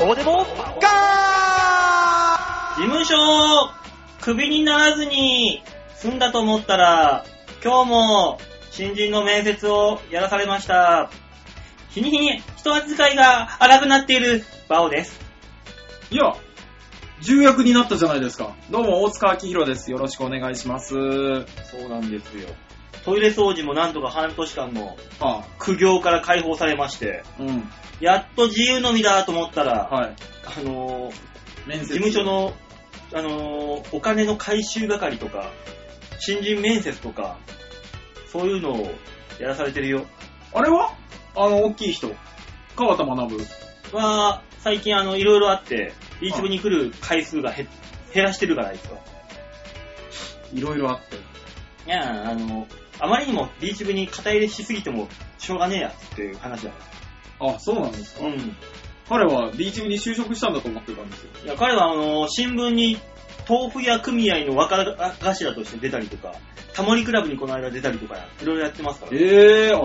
こうでもガー。 事務所クビにならずに済んだと思ったら、今日も新人の面接をやらされました。日に日に人扱いが荒くなっているバオです。 いや、重役になったじゃないですか。どうも大塚明宏です。よろしくお願いします。 そうなんですよ。トイレ掃除もなんとか半年間の苦行から解放されまして、やっと自由の身だと思ったら、 面接事務所の、お金の回収係とか、新人面接とか、そういうのをやらされてるよ。 あれは大きい人、川田学は、最近いろいろあって、ビーチ部に来る回数が減らしてるからですか。 いろいろあって。 いや、あまりにもビーチ部に肩入れしすぎてもしょうがねえやっていう話だ。 あ、そうなんですか。 うん。 彼はビーチ部に就職したんだと思ってたんですよ。 いや、彼は新聞に豆腐屋組合の若頭として出たりとか、タモリクラブにこの間出たりとか、いろいろやってますから。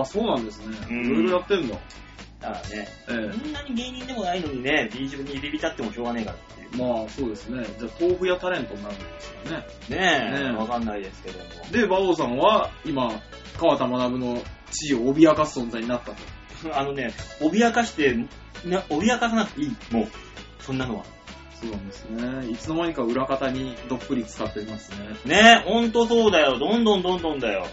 あ、そうなんですね。いろいろやってんだ。 だからね、そんなに芸人でもないのにね、ビーチ部に入り浸ってもしょうがねえからっていう。 まあ、そうですね。じゃあ、豆腐屋タレントになるんですかね。 ねえ、わかんないですけども。 で、馬王さんは、今、川田学の地位を脅かす存在になったと。 脅かさなくていい。もう、そんなのは。 そうなんですね。いつの間にか裏方にどっぷり使っていますね。 ねえ、ほんとそうだよ。どんどんだよ。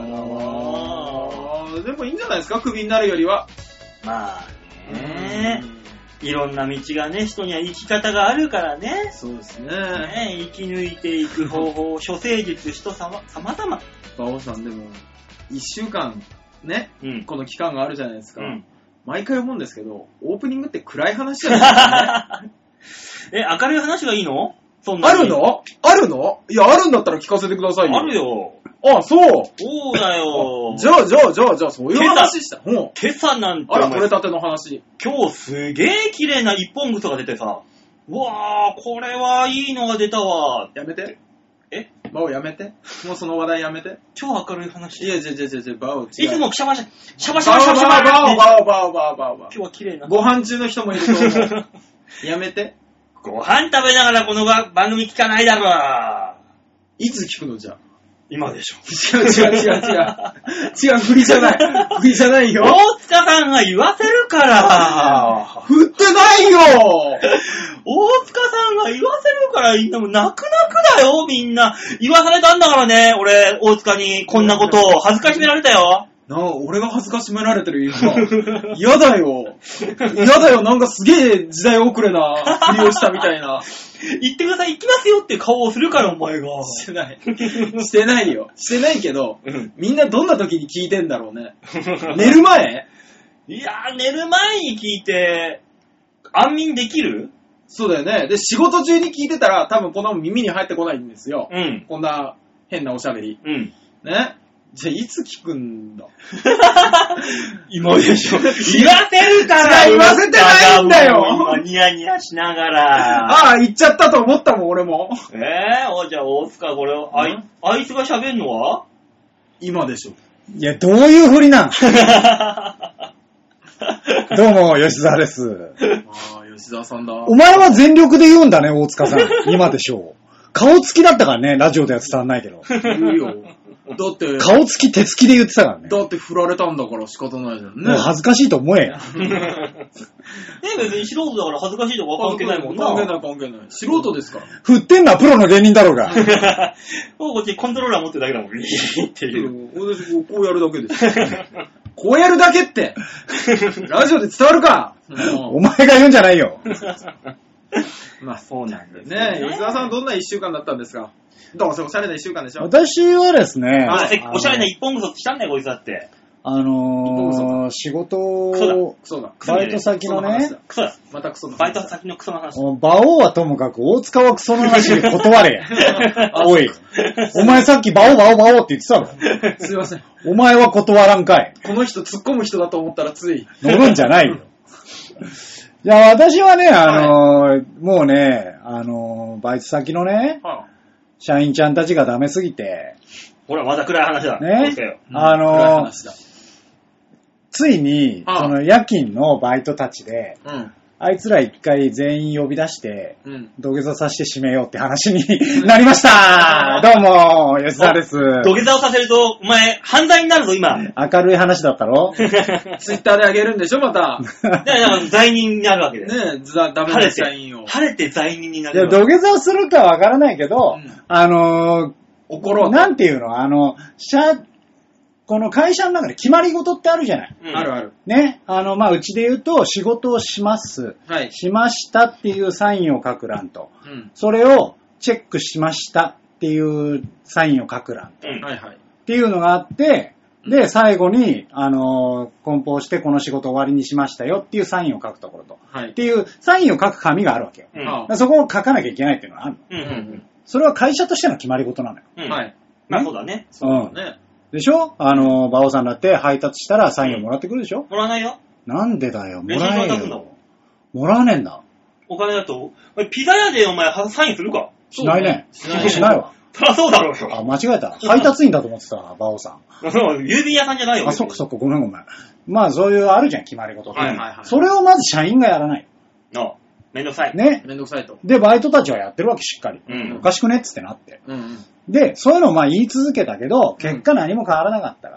でもいいんじゃないですか、クビになるよりは。 まあね、いろんな道がね、人には生き方があるからね。 そうですね。 生き抜いていく方法、処世術、人様々。 馬王さんでも、1週間ね、この期間があるじゃないですか。毎回思うんですけど、オープニングって暗い話じゃないですかね。 明るい話がいいの？そんなあるの？いや、あるんだったら聞かせてくださいよ。 あるよ。 あ、そうそうだよ。 じゃあ、そういう話した。 今朝なんて。 あら、これたての話。 今日すげえ綺麗な一本草が出てさ。うわー、これはいいのが出たわ。 やめて。バオやめて。もうその話題やめて。 超明るい話。 いや、バオ違う。 いつもシャババ今日は綺麗な。 ご飯中の人もいると思う。やめて。 ご飯食べながらこの番組聞かないだろ。 いつ聞くのじゃあ。 今でしょ。 違う、振りじゃないよ。 大塚さんが言わせるから。 振ってないよ。 大塚さんが言わせるから、泣くだよ、みんな。言わされたんだからね、俺、大塚にこんなことを恥ずかしめられたよ。 俺が恥ずかしめられてる今。嫌だよ。なんかすげえ時代遅れなふりをしたみたいな。 言ってください、行きますよっていう顔をするから、お前が。 してないよ。してないけど、みんなどんな時に聞いてんだろうね。寝る前？ いやー、寝る前に聞いて、安眠できる？ そうだよね。で、仕事中に聞いてたら、多分こんなもん耳に入ってこないんですよ。こんな変なおしゃべり。ね。じゃあ、いつ聞くんだ？ 今でしょ。言わせるから言わせてないんだよ。 今ニヤニヤしながら。 ああ、言っちゃったと思ったもん、俺も。 じゃあ、大塚、これを、あいつが喋んのは？ 今でしょ。 いや、どういう振りなん？どうも、吉沢です。 吉沢さんだ。 お前は全力で言うんだね、大塚さん。今でしょう。顔つきだったからね、ラジオでは伝わんないけど。 言うよ。だって、 顔つき手つきで言ってたからね。 だって振られたんだから仕方ないじゃんね。 もう恥ずかしいと思えや。 別に素人だから恥ずかしいとか関係ないもんな。 関係ない。素人ですから。 振ってんのはプロの芸人だろうが。 もうこっちコントローラー持ってるだけだもん。っていう。 私こうやるだけです。こうやるだけって。ラジオで伝わるか。 お前が言うんじゃないよ。 まあそうなんですね。吉沢さんどんな一週間だったんですか？どうせおしゃれな一週間でしょ？ 私はですね、 おしゃれな一本草ってしたんだよ、こいつだって。 仕事、バイト先のね、 またクソの話。 バイト先のクソの話。 馬王はともかく大塚はクソの話に断れや。おい、お前さっき馬王って言ってたろ。 すいません。 お前は断らんかい。 この人突っ込む人だと思ったらつい。 乗るんじゃないよ。いや、私はね、もうね、バイト先のね、社員ちゃんたちがダメすぎて。 ほら、また暗い話だ。 ね。 暗い話だ。 ついに、その夜勤のバイトたちで、 あいつら一回全員呼び出して、土下座させて締めようって話になりましたどうも、吉沢です。 土下座をさせると、お前、犯罪になるぞ、今。 明るい話だったろツイッターであげるんでしょ、また。 罪人になるわけで。 ねえ、ダメな社員を。 晴れて罪人になる。 いや、土下座をするかわからないけど、怒ろう。なんていうのこの会社の中で決まり事ってあるじゃない。 あるある。 ね。うちで言うと、仕事をします。はい。しましたっていうサインを書く欄と、それをチェックしましたっていうサインを書く欄と、はいはい。っていうのがあって、で、最後に、梱包してこの仕事終わりにしましたよっていうサインを書くところと、はい。っていうサインを書く紙があるわけよ。そこを書かなきゃいけないっていうのがあるの。それは会社としての決まり事なのよ。 はい。まあそうだね。 そうだね。 でしょ？馬王さんだって配達したらサインをもらってくるでしょ？ もらわないよ。 なんでだよ、もらえよ。もらわねえんだ。 お金だと、ピザ屋でお前サインするか？ しないね。しないわ。 そりゃそうだろうよ。 あ、間違えた。配達員だと思ってた、馬王さん。 郵便屋さんじゃないよ。 あ、そっか、ごめん。まあ、そういうあるじゃん、決まり事。はいはいはい。それをまず社員がやらない。 めんどくさい。 ね。 めんどくさいと。 で、バイトたちはやってるわけ、しっかり。おかしくねっつってなって。で、そういうのを言い続けたけど、結果何も変わらなかったから、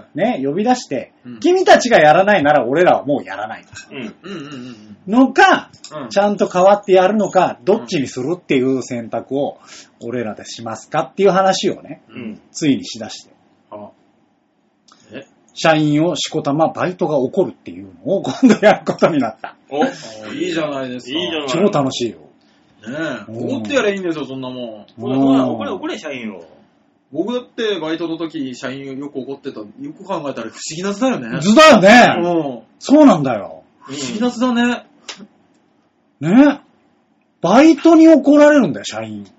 ね、呼び出して、君たちがやらないなら俺らはもうやらないと。のか、ちゃんと変わってやるのか、どっちにするっていう選択を俺らでしますかっていう話をね、ついにしだして。社員をしこたまバイトが起こるっていうのを今度やることになった。 いいじゃないですか。 いいじゃない。 超楽しいよ。 ねえ。怒ってやればいいんですよ、そんなもん。 怒れ、社員を。 僕だってバイトの時、社員よく怒ってた。よく考えたら不思議な図だよね。 図だよね。そうなんだよ。 不思議な図だね。 ね。バイトに怒られるんだよ、社員。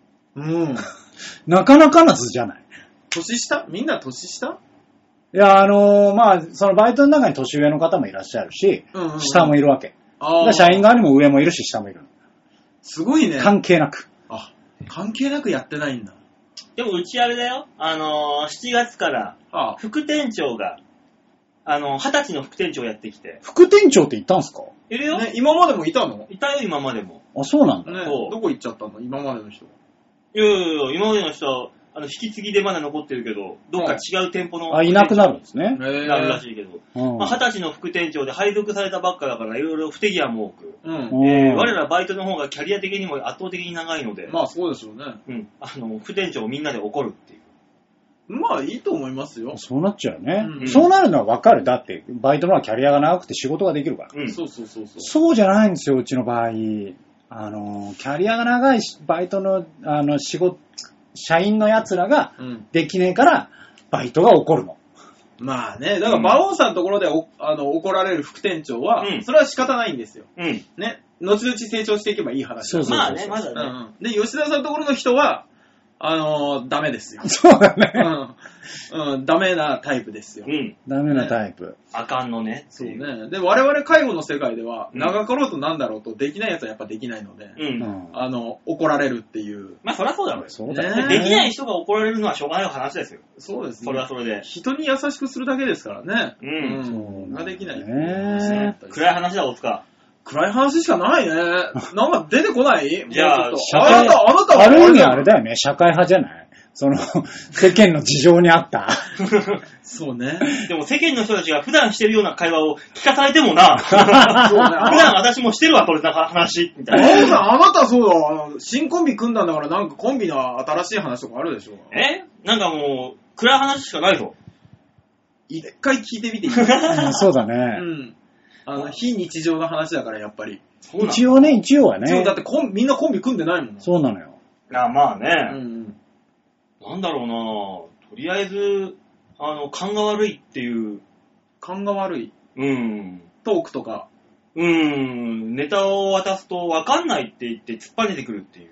なかなかな図じゃない。 年下？みんな年下？ いや、そのバイトの中に年上の方もいらっしゃるし、下もいるわけ。社員側にも上もいるし、下もいる。 すごいね。 関係なく。 関係なくやってないんだ。 でもうちあれだよ。7月から、副店長が、20歳の副店長やってきて。 副店長って言ったんすか？ いるよ。 ね、今までもいたの？ いたよ、今までも。 あ、そうなんだ。 ね、どこ行っちゃったの？今までの人。 いや、今までの人は、引き継ぎでまだ残ってるけど、どっか違う店舗の。 いなくなるんですね。 なるらしいけど。20歳の副店長で配属されたばっかだから、いろいろ不手際も多く。我らバイトの方がキャリア的にも圧倒的に長いので。 まあそうですよね。 副店長をみんなで怒るっていう。 まあいいと思いますよ。 そうなっちゃうよね。そうなるのはわかる。だって、バイトの方がキャリアが長くて仕事ができるから。 そう。 そうじゃないんですよ、うちの場合。キャリアが長いバイトの、社員の奴らができねえから、バイトが起こるの。 まあね、だから馬王さんのところで怒られる副店長は、それは仕方ないんですよ。ね。後々成長していけばいい話。 まあね、まだね。 で、吉田さんのところの人は、ダメですよ。 そうだね。 ダメなタイプですよ。 ダメなタイプ。 あかんのね。 そうね。で、我々介護の世界では、長かろうとなんだろうと、できないやつはやっぱできないので、怒られるっていう。 まあ、そりゃそうだろうよ。 そうだね。 できない人が怒られるのはしょうがない話ですよ。 そうですね。 それはそれで。 人に優しくするだけですからね。 そうができない。 暗い話だ、大塚。 暗い話しかないね。なんか出てこない？ じゃあ、 あなたはある意味あれだよね。社会派じゃない？世間の事情に合った。 そうね。 でも世間の人たちが普段してるような会話を聞かされてもな。そうね、普段私もしてるわ、これな話。みたいな。 あなたそうだ。新コンビ組んだんだからなんかコンビの新しい話とかあるでしょ。 なんかもう、暗い話しかないぞ。 一回聞いてみていい？ そうだね。 非日常の話だからやっぱり。 一応はね。 そう、だってみんなコンビ組んでないもん。 そうなのよ。 まあね。なんだろうな、とりあえず、勘が悪いっていう。 勘が悪い？トークとか。 ネタを渡すと分かんないって言って突っ張ねてくるっていう。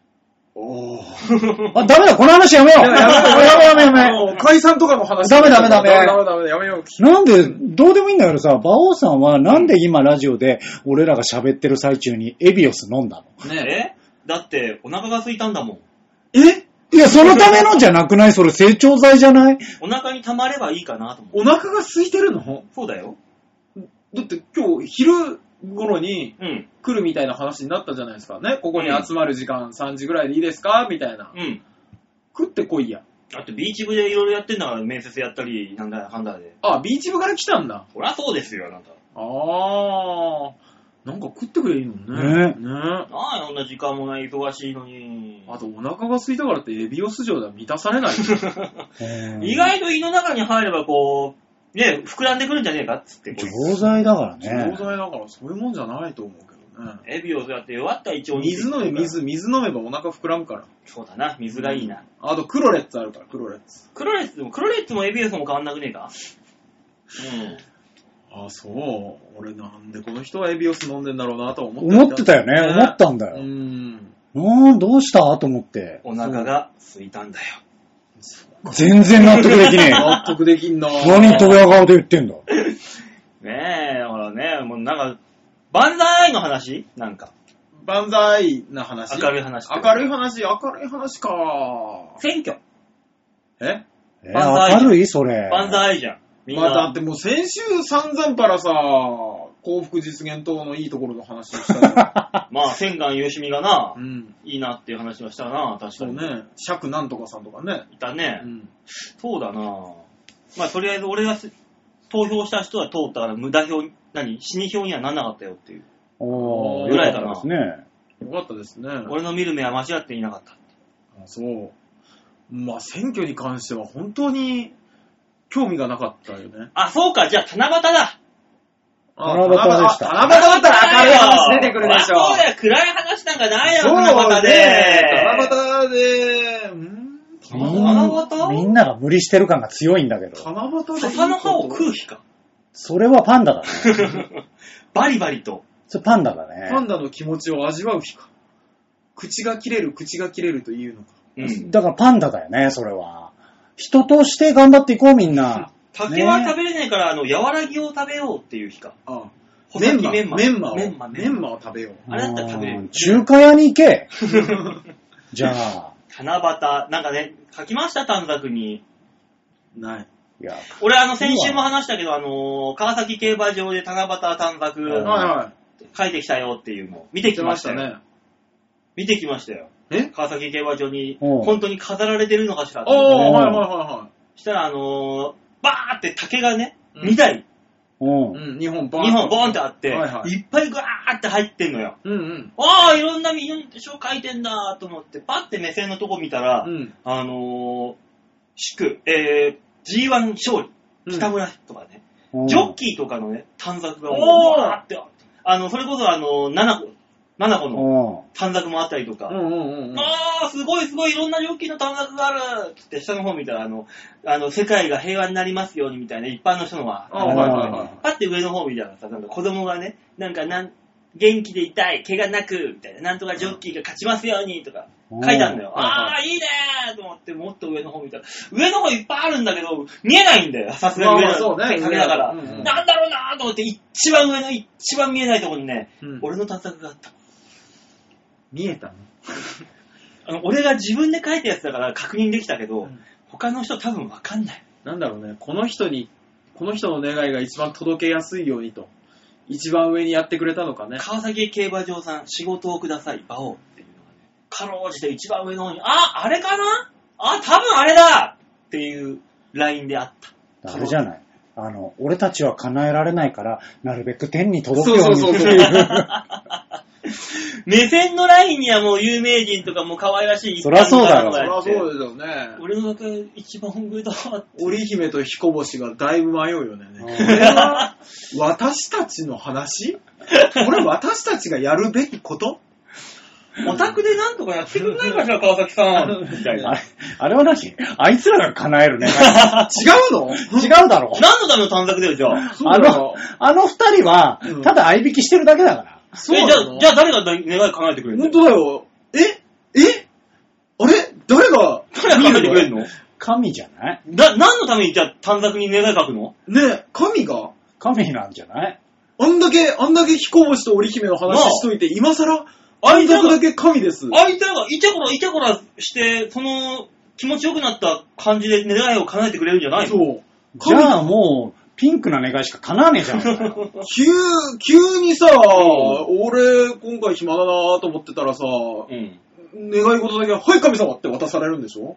ダメだ、この話やめよう。やめ。 解散とかの話。 ダメ。 やめよう。 なんで、どうでもいいんだけどさ、馬王さんはなんで今ラジオで俺らが喋ってる最中にエビオス飲んだの？ だってお腹が空いたんだもん。 いや、そのためのじゃなくない？それ成長剤じゃない？ お腹に溜まればいいかなと思って。 お腹が空いてるの？ そうだよ。 だって今日昼頃に来るみたいな話になったじゃないですかね。ここに集まる時間3時ぐらいでいいですかみたいな。食ってこいや。 あとビーチ部でいろいろやってんだから、面接やったり、なんだかんだで。 あ、ビーチ部から来たんだ。 そりゃそうですよ、あなた。 なんか食ってくれいいのね。 そんな時間もない忙しいのに。 あとお腹が空いたからってエビオス状では満たされない。 意外と胃の中に入ればこう、ね、膨らんでくるんじゃねえかっつって。 錠剤だからね。 錠剤だからそういうもんじゃないと思うけどね。 エビオスやって弱った胃腸に。 水飲めばお腹膨らむから。 そうだな、水がいいな。 あとクロレッツあるから、クロレッツもエビオスも変わんなくねえか。そう。俺なんでこの人はエビオス飲んでんだろうなと思ってたよね。思ったんだよ。どうしたと思って。 お腹が空いたんだよ。 全然納得できねえ。 納得できんな。 何ドヤ顔で言ってんだ。 ねえ、ほらね、もうなんか、万歳の話なんか。 万歳な話。 明るい話か。選挙。 明るいそれ。 万歳じゃん。 だってもう先週散々からさ、幸福実現党のいいところの話をしたじゃん。 まあ、千貫よしみがな、いいなっていう話はしたな、確かに。 そうね。釈なんとかさんとかね。 いたね。そうだな。まあ、とりあえず俺が投票した人は通ったから無駄票、死に票にはなんなかったよっていう。ぐらいかな。 よかったですね。 俺の見る目は間違っていなかった。 そう。まあ、選挙に関しては本当に興味がなかったよね。 そうか、じゃあ七夕だ。 七夕でした。 七夕だったら明るい話出てくるでしょ。 そうだよ、暗い話なんかないよ、七夕で。 七夕で、 みんなが無理してる感が強いんだけど。 七夕で。 笹の葉を食う日か。 それはパンダだね。 バリバリと。 それパンダだね。 パンダの気持ちを味わう日か。口が切れるというのか。 だからパンダだよね、それは。人として頑張っていこう、みんな。 竹は食べれないから、和らぎを食べようっていう日か。 メンマを食べよう。 あれだったら食べれる。 中華屋に行け。じゃあ。 七夕、なんかね、書きました短冊に。 ない。 俺先週も話したけど、川崎競馬場で七夕短冊、書いてきたよっていうのを見てきましたよ。見てきましたよ。川崎競馬場に、本当に飾られてるのかしらと思って。したら、バーって竹がね、2台。 2本ボーンってあって、いっぱいガーって入ってんのよ。いろんな書書いてんだと思って、パッて目線のとこ見たら、祝、G1 勝利、北村とかね、ジョッキーとかのね、短冊がバーって、それこそ7個の短冊もあったりとか、すごいいろんなジョッキーの短冊があるってって下の方見たら、世界が平和になりますようにみたいな一般の人のは、パッて上の方見たらさ、なんか子供がね、元気でいたい、怪我なく、みたいな、なんとかジョッキーが勝ちますようにとか書いてあるんだよ。いいねーと思って、もっと上の方見たら、上の方いっぱいあるんだけど、見えないんだよ、さすがに上の方。竹だから。なんだろうなーと思って、一番上の一番見えないところにね、俺の短冊があった。 見えたの？俺が自分で書いたやつだから確認できたけど、他の人多分わかんない。 なんだろうね、この人の願いが一番届けやすいようにと、一番上にやってくれたのかね。 川崎競馬場さん、仕事をください、馬王っていうのがね、かろうじて一番上の方に、あれかな？多分あれだっていうラインであった。 あれじゃない。俺たちは叶えられないから、なるべく天に届くようにっていう。 目線のラインにはもう有名人とかも可愛らしい。 そりゃそうだろ。 そりゃそうですよね。 俺の中一番上だ。 織姫と彦星がだいぶ迷うよね。これは私たちの話？これ私たちがやるべきこと？ オタクでなんとかやってくんないかしら、川崎さん。みたいな。 あれは何？あいつらが叶えるね。違うの？ 違うだろ。 何のための短冊だよ、じゃあ。あの二人は、ただ相引きしてるだけだから。 じゃあ誰が願い叶えてくれるの？ 本当だよ。あれ誰が叶えてくれるの？ 神じゃない？ 何のためにじゃあ短冊に願い書くの？ ね、神が？ 神なんじゃない？ あんだけ彦星と織姫の話しといて、今更短冊だけ神です。 相手がイチャコラして、その気持ちよくなった感じで願いを叶えてくれるんじゃないの？ そう。 じゃあもう、 ピンクな願いしか叶わねえじゃん。 急にさ、俺今回暇だなと思ってたらさ、願い事だけは、はい神様って渡されるんでしょ？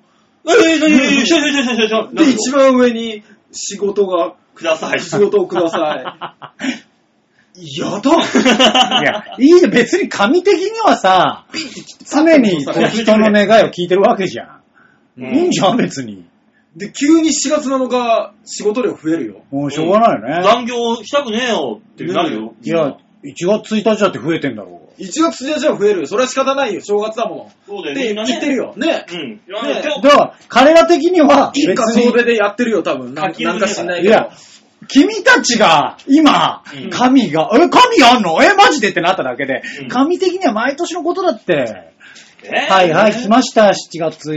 で、一番上に仕事が、 ください。 仕事をください。やだいや、いいね。別に神的にはさ、常にこう人の願いを聞いてるわけじゃん。いいんじゃん、別に。 で、急に4月7日仕事量増えるよ。 もうしょうがないよね。 残業したくねえよってなるよ。 いや、1月1日だって増えてんだろう。 1月1日は増えるよ。それは仕方ないよ。正月だもの。 そうだよね。 って言ってるよ。ね。 だから、彼ら的には、 一家総出でやってるよ、多分。なんか知んないけど。 いや、君たちが、今、神が、神あんのマジでってなっただけで、神的には毎年のことだって。はいはい、来ました、7月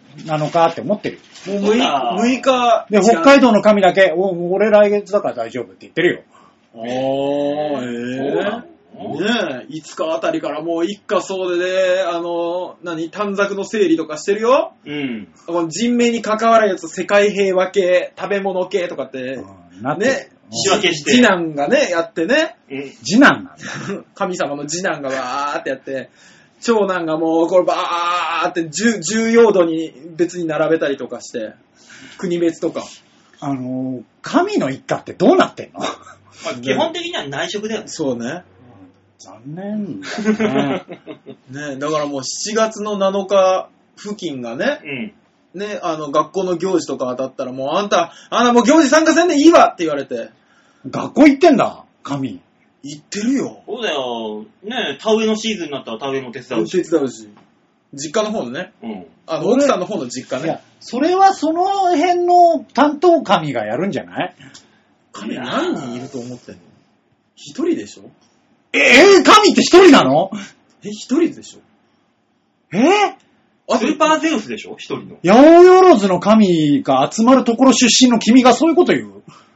7日って思ってる。 もう6日。 で、北海道の神だけ、俺来月だから大丈夫って言ってるよ。 ねえ、いつかあたりからもう一家総出で、短冊の整理とかしてるよ。この人名に関わるやつ、世界平和系、食べ物系とかって、ね、 仕分けして。 次男がね、やってね。 次男なんだ。 神様の次男がわーってやって、長男がもうこれバーって重要度に別に並べたりとかして、国別とか。 神の一家ってどうなってんの？ 基本的には内職だよね。 そうね。 残念だね。 ね、だからもう7月の7日付近がね、ね、学校の行事とか当たったらもうあんたもう行事参加せんでいいわって言われて。 学校行ってんだ、神。 行ってるよ。 そうだよ。ね、田植えのシーズンになったら田植えも手伝うし。 手伝うし。実家の方のね。奥さんの方の実家ね。いや、 それはその辺の担当神がやるんじゃない？ 神何人いると思ってんの？一人でしょ？ 神って一人なの？ 一人でしょ？ スーパーゼウスでしょ？一人の。 八百万の神が集まるところ出身の君がそういうこと言う？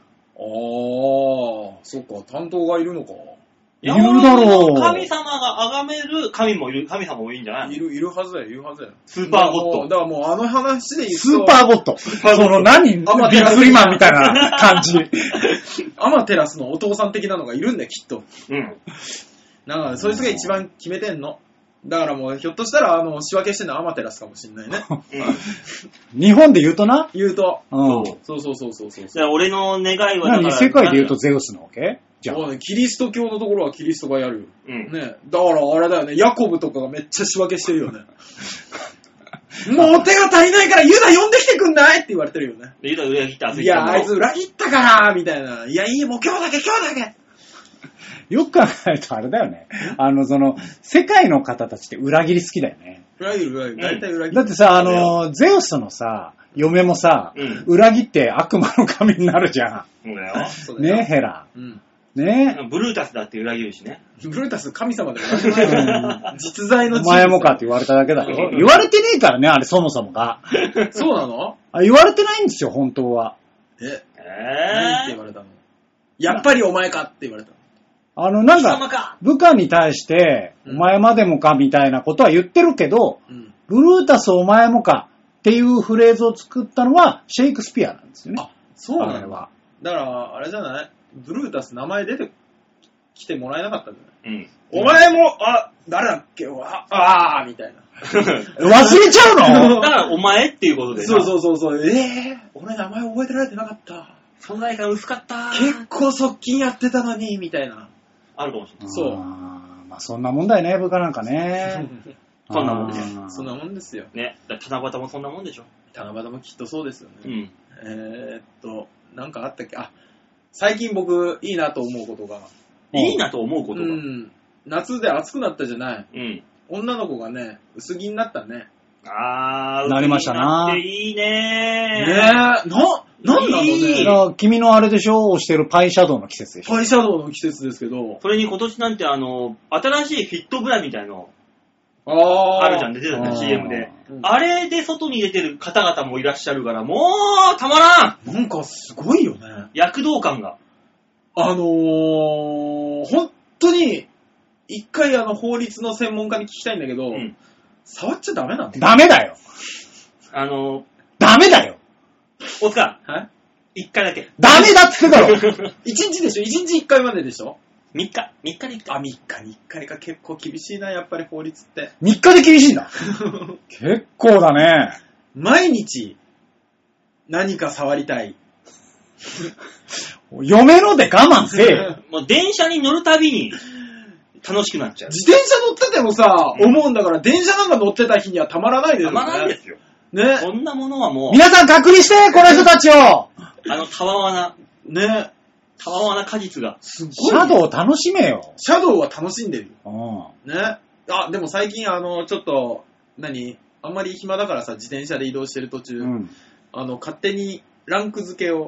そっか、担当がいるのか。 いるだろう。 神様が崇める神もいる、神様もいいんじゃない？ いるはずだよ、 スーパーゴッド。 だからもう話で言うと。 スーパーゴッド。ビックリマンみたいな感じ。 アマテラスのお父さん的なのがいるんだよ、きっと。だから、そいつが一番決めてんの。だからもう、ひょっとしたら、仕分けしてんのはアマテラスかもしんないね。 日本で言うとな。 言うと。そう。 じゃあ、俺の願いはだから。 世界で言うとゼウスなわけ？じゃあ。 キリスト教のところはキリストがやるよ。ね。だから、あれだよね、ヤコブとかがめっちゃ仕分けしてるよね。もう手が足りないからユダ呼んできてくんないって言われてるよね。 ユダ裏切ったいや、あいつ裏切ったからみたいな。いや、いいよ、もう今日だけよく考えるとあれだよね。世界の方たちって裏切り好きだよね。 裏切る。大体裏切る。 だってさ、ゼウスのさ、嫁もさ、裏切って悪魔の神になるじゃん。 そうだよ。 ね、ヘラ。ね。 ブルータスだって裏切るしね。 ブルータス神様でもない実在のお前もかって言われただけだよ。言われてねえからね、あれそもそもが。 そうなの？ 言われてないんですよ、本当は。 何って言われたの？やっぱりお前かって言われたの。 なんか、部下に対して、お前までもかみたいなことは言ってるけど、ブルータスお前もかっていうフレーズを作ったのはシェイクスピアなんですよね。 そうなの？だから、あれじゃない？ブルータス名前出てきてもらえなかったんじゃない？お前も、誰だっけ？みたいな。 忘れちゃうの？ だからお前っていうことで。 そう。俺名前覚えてられてなかった。 存在感薄かった。 結構側近やってたのに、みたいな。 あるかもしれない。 そう。 まあそんなもんだよね、部下なんかね。 そんなもんです。 そんなもんですよ。 ね。七夕もそんなもんでしょ。 七夕もきっとそうですよね。なんかあったっけ？最近僕、いいなと思うことが。 いいなと思うことが。 夏で暑くなったじゃない。女の子がね、薄着になったね。 なりましたな。 いいねなんなのね。 君のあれでしょ？推してるパイシャドウの季節でしょ？ パイシャドウの季節ですけど。 それに今年なんて新しいフィットブラみたいの。あるじゃん、出てたね、CM で。あれで外に出てる方々もいらっしゃるから、もう、たまらん！ なんかすごいよね。 躍動感が。 本当に、一回法律の専門家に聞きたいんだけど、触っちゃダメなの？ ダメだよ。ダメだよ。 大塚。 はい？ 1回だけ。 ダメだっつってだろ。 1日でしょ ?1 日1回まででしょ ?3 日で1回。 あ、3日に1回か。結構厳しいな、やっぱり法律って。 3日で厳しいんだ。結構だね。 毎日、何か触りたい。 嫁ので我慢せえ。 もう電車に乗るたびに楽しくなっちゃう。 自転車乗っててもさ、思うんだから、電車なんか乗ってた日にはたまらないですよね。 たまらないですよ。 ね。 こんなものはもう。 皆さん隔離して、この人たちを。 たわわな。 ね。 たわわな果実が。 すごい。 シャドウを楽しめよ。 シャドウは楽しんでるよ。 ね。あ、でも最近ちょっと、あんまり暇だからさ、自転車で移動してる途中、勝手にランク付けを。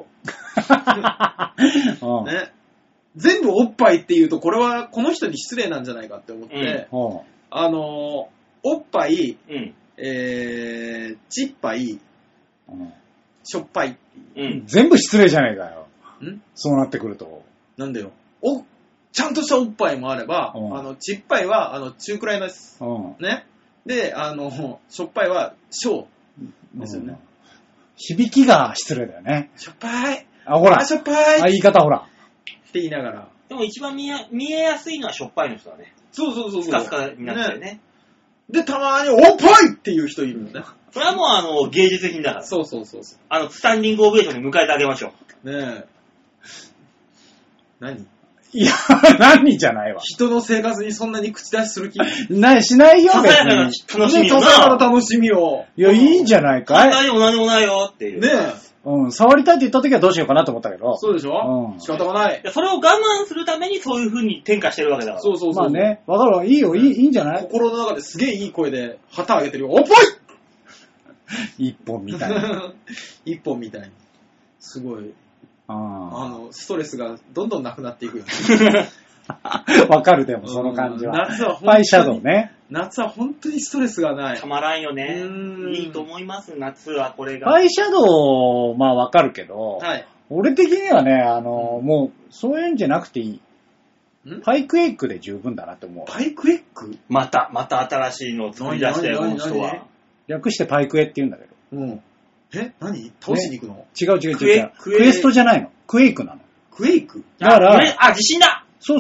ね。全部おっぱいって言うと、これはこの人に失礼なんじゃないかって思って、おっぱい、ちっぱい、しょっぱいっていう。 全部失礼じゃねえかよ。そうなってくると。 なんだよ。ちゃんとしたおっぱいもあれば、ちっぱいは、中くらいです。ね。で、しょっぱいは、小ですよね。 響きが失礼だよね。 しょっぱい。 あ、ほら。 しょっぱい。 言い方ほら。 って言いながら。 でも一番見えやすいのはしょっぱいの人だね。 そう。 スカスカになってね。 で、たまに、おっぱいっていう人いるのね。 それはもう芸術品だから。 そう。 スタンディングオベーションに迎えてあげましょう。ねえ。何いや、何じゃないわ。 人の生活にそんなに口出しする気しないよ、別に。 ささやかな楽しみを。 ささやかな楽しみを。 いや、いいんじゃないかい。 何も何もないよっていう。 ねえ。触りたいって言った時はどうしようかなと思ったけど。 そうでしょ仕方がない。 それを我慢するためにそういう風に転化してるわけだから。 そう。 まあね、わかるわ。いいよ、いいんじゃない？ 心の中ですげえいい声で旗あげてるよ。おっぽい！一本みたいな。 一本みたいに。すごい。ストレスがどんどんなくなっていくよね。 わかる、でもその感じは。 夏はパイシャドウね。 夏は本当にストレスがない。 たまらんよね。いいと思います、夏はこれが。 パイシャドウ、まあわかるけど、 はい、 俺的にはね、もう、そういうんじゃなくていい。パイクエッグで十分だなって思う。 パイクエッグ？ また新しいのを作り出したよ、この人は。 略してパイクエって言うんだけど。 何？倒しに行くの？ 違う。クエストじゃないの。クエイクなの。 クエイク？ だから、地震だ！ そう。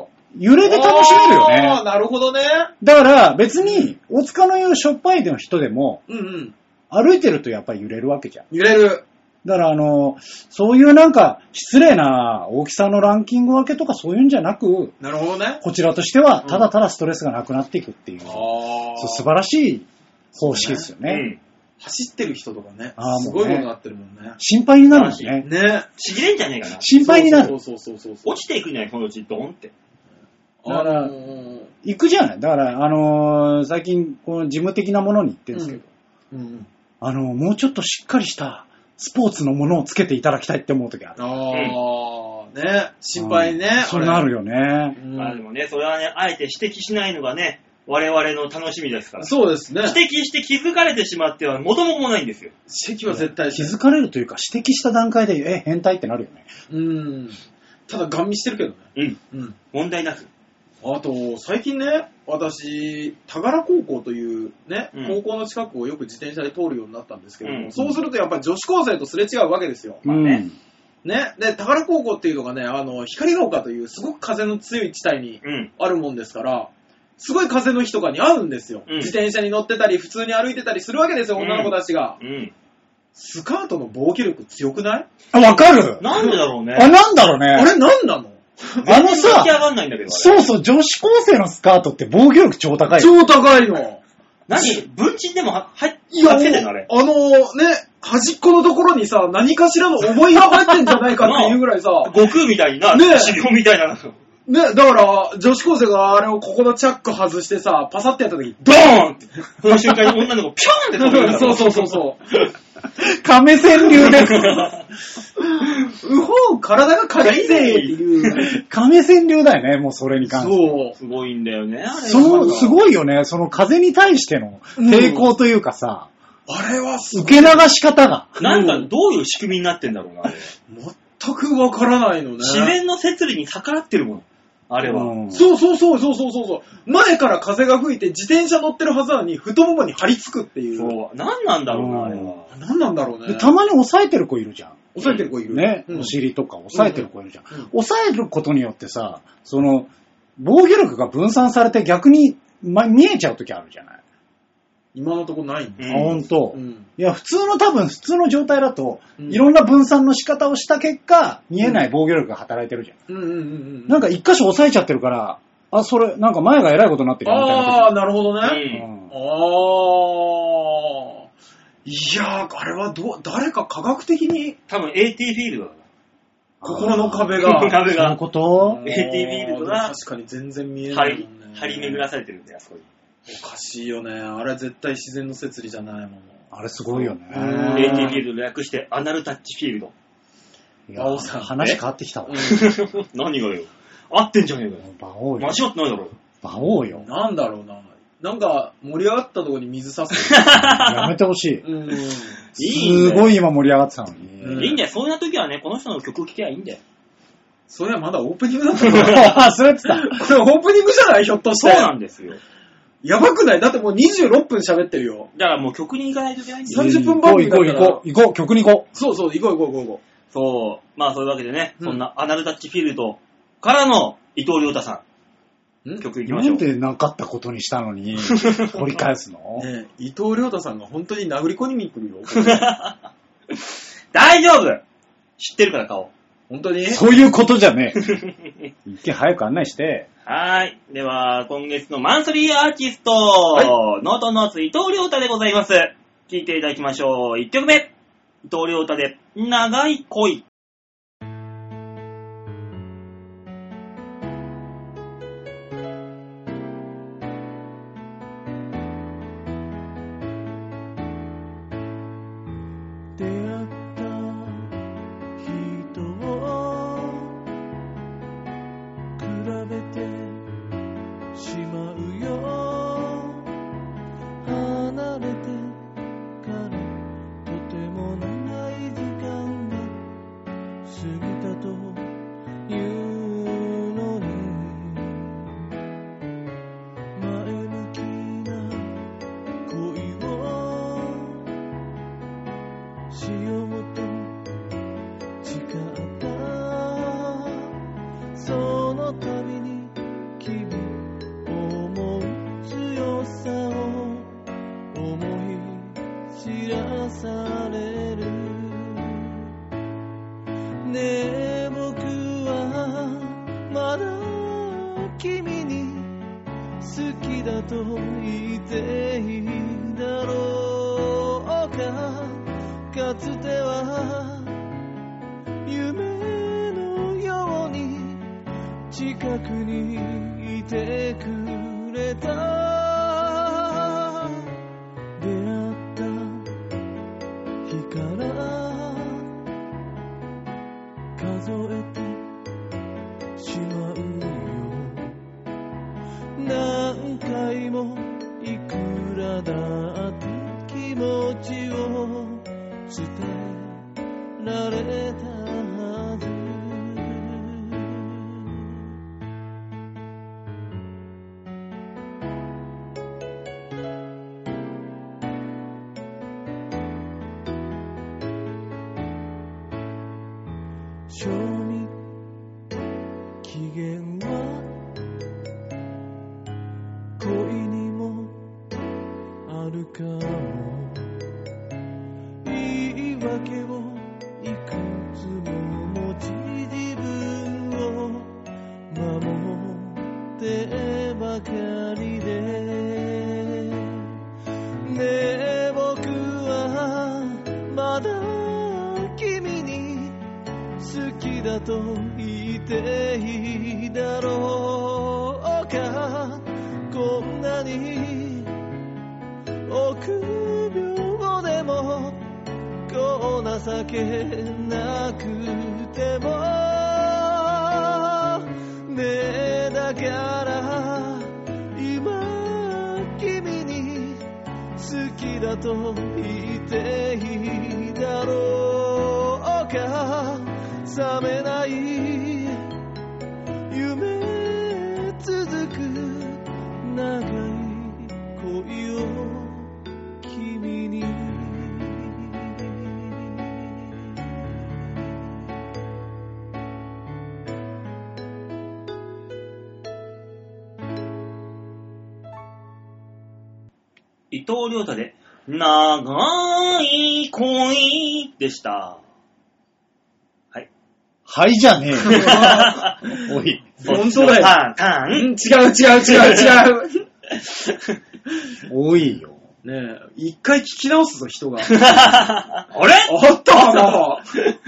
揺れで楽しめるよね。 ああ、なるほどね。 だから別に、大塚の言うしょっぱいの人でも、歩いてるとやっぱり揺れるわけじゃん。 揺れる。 だからそういうなんか失礼な大きさのランキング分けとかそういうんじゃなく、 なるほどね。 こちらとしてはただただストレスがなくなっていくっていう、そう素晴らしい方式ですよね。 走ってる人とかね、すごいことになってるもんね。 心配になるんですね。 ちぎれんじゃねえかな。 心配になる。 そう。 落ちていくんじゃないこのうち、ドンって。 だから、行くじゃない。だから、最近、この事務的なものに行ってるんですけど、もうちょっとしっかりしたスポーツのものをつけていただきたいって思うときある。 ね、心配ね。 そうなるよね。 まあでもね、それはね、あえて指摘しないのがね、我々の楽しみですから。 そうですね。 指摘して気づかれてしまっては元も子もないんですよ。 指摘は絶対気づかれるというか、指摘した段階で、変態ってなるよね。 ただ、ガン見してるけどね。 問題なく。 あと、最近ね、私、田柄高校というね、高校の近くをよく自転車で通るようになったんですけども、そうするとやっぱり女子高生とすれ違うわけですよ。ね。で、田柄高校っていうのがね、光が丘というすごく風の強い地帯にあるもんですから、すごい風の日とかに合うんですよ。自転車に乗ってたり、普通に歩いてたりするわけですよ、女の子たちが。スカートの防御力強くない？ わかる！ なんでだろうね。 なんだろうね。 あれなんなの？ さ、上がんないんだけどそう、女子高生のスカートって防御力超高い。 超高いの。 何？文鎮でもつけてんのあれ。 端っこのところにさ、何かしらの重いが入ってんじゃないかっていうぐらいさ、 悟空みたいにな、治療みたいな。 ね、だから、女子高生があれをここのチャック外してさ、パサってやった時に、 ドーンって、その瞬間に女の子ピョーンって飛ぶんだ。 そう。 亀川流です。 体が軽いぜっていう。 亀川流だよね、もうそれに関して。 そう。 すごいんだよね、あれ。 すごいよね、その風に対しての抵抗というかさ、 あれは受け流し方が。 なんかどういう仕組みになってんだろうな、あれ。 全くわからないのね。 自然の摂理に逆らってるもん。あれは。 そう。前から風が吹いて自転車乗ってるはずなのに太ももに張り付くっていう。 そう。何なんだろうな、あれは。 何なんだろうね。 たまに抑えてる子いるじゃん。 抑えてる子いる。 ね、お尻とか抑えてる子いるじゃん。抑えることによってさ、その、防御力が分散されて逆に、見えちゃうときあるじゃない。 今のところないんだ。 ほんと。いや、普通の状態だと、いろんな分散の仕方をした結果、見えない防御力が働いてるじゃん。なんか一箇所押さえちゃってるから、あ、それ、なんか前が偉いことになってるみたいな。 ああ、なるほどね。いやー、あれは誰か科学的に。 多分 AT フィールドだな。 心の壁が。 そういうこと ?AT フィールドが。 確かに全然見えないもんね。 張り巡らされてるんだよ、あそこに。 おかしいよね。あれ絶対自然の摂理じゃないもん。 あれすごいよね。 AT フィールドで略してアナルタッチフィールド。 いや、話変わってきたわ。 何がよ。合ってんじゃねえかよ。 馬王よ。 間違ってないだろ。 馬王よ。 なんだろうな。なんか盛り上がったところに水差す。 やめてほしい。すごい今盛り上がってたのに。 いいんだよ。そんな時はね、この人の曲聴けばいいんだよ。 それはまだオープニングだったのあ、そうやってた。 これオープニングじゃないひょっとして。 そうなんですよ。 やばくない？だってもう26分喋ってるよ。 だからもう曲に行かないといけないんだよ。 30分番組だから行こう、曲に行こう。 そう、行こう。 そう。まあそういうわけでね、そんなアナルタッチフィールドからの伊藤亮太さん。曲行きましょう。 なんでなかったことにしたのに、掘り返すのねえ、伊藤亮太さんが本当に殴り込みに来るよ。 大丈夫！知ってるから顔。 本当に？ そういうことじゃねえ。一見早く案内して。 はい。では、今月のマンスリーアーティスト、ノートノーツ伊藤亮太でございます。聴いていただきましょう。1曲目。伊藤亮太で、長い恋。 賞味期限は恋にもあるかも。言い訳をいくつも持ち自分を守ってばかりでねえ僕はまだ君に好きだと言っていいだろうか。こんなに臆病でもこう情けなくてもねえだから今君に好きだと言っていいだろうか。覚めない夢続く長い恋を君に伊藤亮太で、長い恋でした。はい。 はいじゃねえよ。おい。 本当だよ。 ターン違う。 多いよ。 ねえ、一回聞き直すぞ、人が。 あれあったかな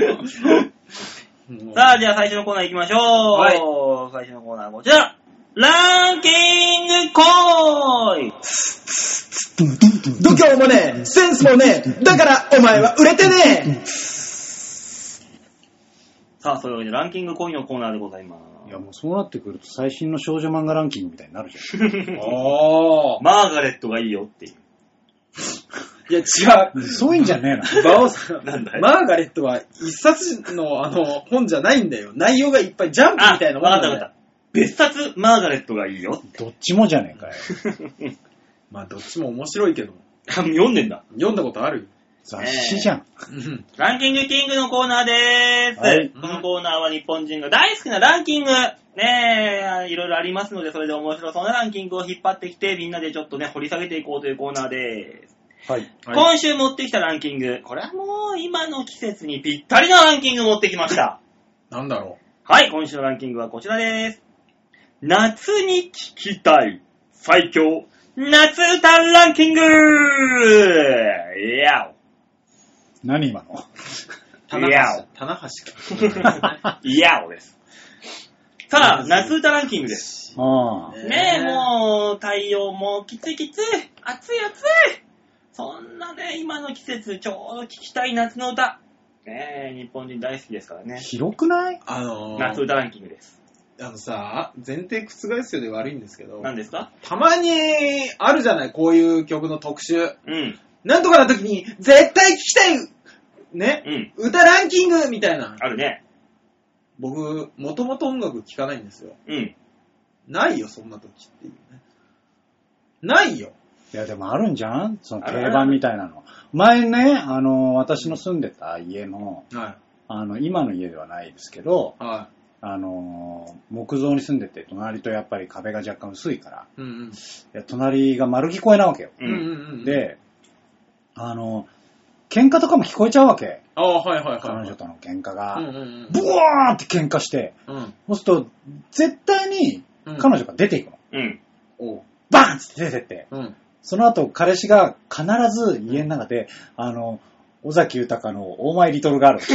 さあ、じゃあ最初のコーナー行きましょう。はい。最初のコーナーはこちら。ランキングコーイ。 度胸もねえ、センスもねえ、だからお前は売れてねえ。 さあ、そういうわけでランキングコインのコーナーでございます。 いや、もうそうなってくると最新の少女漫画ランキングみたいになるじゃん。 マーガレットがいいよっていう。 いや、違う。 そういうんじゃねえな。 バオさん、なんだいマーガレットは一冊の本じゃないんだよ。内容がいっぱいジャンプみたいなもんなんだよ。 わかった。別冊マーガレットがいいよ。 どっちもじゃねえかよ。 まあ、どっちも面白いけど。 読んでんだ。 読んだことあるよ。 雑誌じゃん。 ランキングキングのコーナーでーす。はい、このコーナーは日本人が大好きなランキング。ねえ、いろいろありますので、それで面白そうなランキングを引っ張ってきて、みんなでちょっとね、掘り下げていこうというコーナーでーす。はい。今週持ってきたランキング。これはもう今の季節にぴったりのランキング持ってきました。 なんだろう。 はい、今週のランキングはこちらです。夏に聴きたい最強夏歌ランキング。いやお。 何今の？ 棚橋か。 いやおです。さあ、夏歌ランキングです。ねえ、もう、太陽もきつい、暑い。そんなね、今の季節、ちょうど聴きたい夏の歌。ねえ、日本人大好きですからね。 広くない？ 夏歌ランキングです。 さ、前提覆すようで悪いんですけど。 何ですか？ たまにあるじゃない、こういう曲の特集。 うん。 なんとかの時に、絶対聴きたいね、うん、歌ランキングみたいな。 あるね。 僕、もともと音楽聴かないんですよ。 うん。 ないよ、そんな時っていうね。ないよ。 いや、でもあるんじゃん？その定番みたいなの。前ね、私の住んでた家の、はい、今の家ではないですけど、はい、木造に住んでて、隣とやっぱり壁が若干薄いから、うんうん、いや隣が丸聞こえなわけよ。うんうんうん、で、喧嘩とかも聞こえちゃうわけ。 ああ、はいはいはい。 彼女との喧嘩が、ブワーって喧嘩して、そうすると、絶対に彼女が出ていくの。バーンって出てって、その後彼氏が必ず家の中で、尾崎豊のオーマイリトルガール。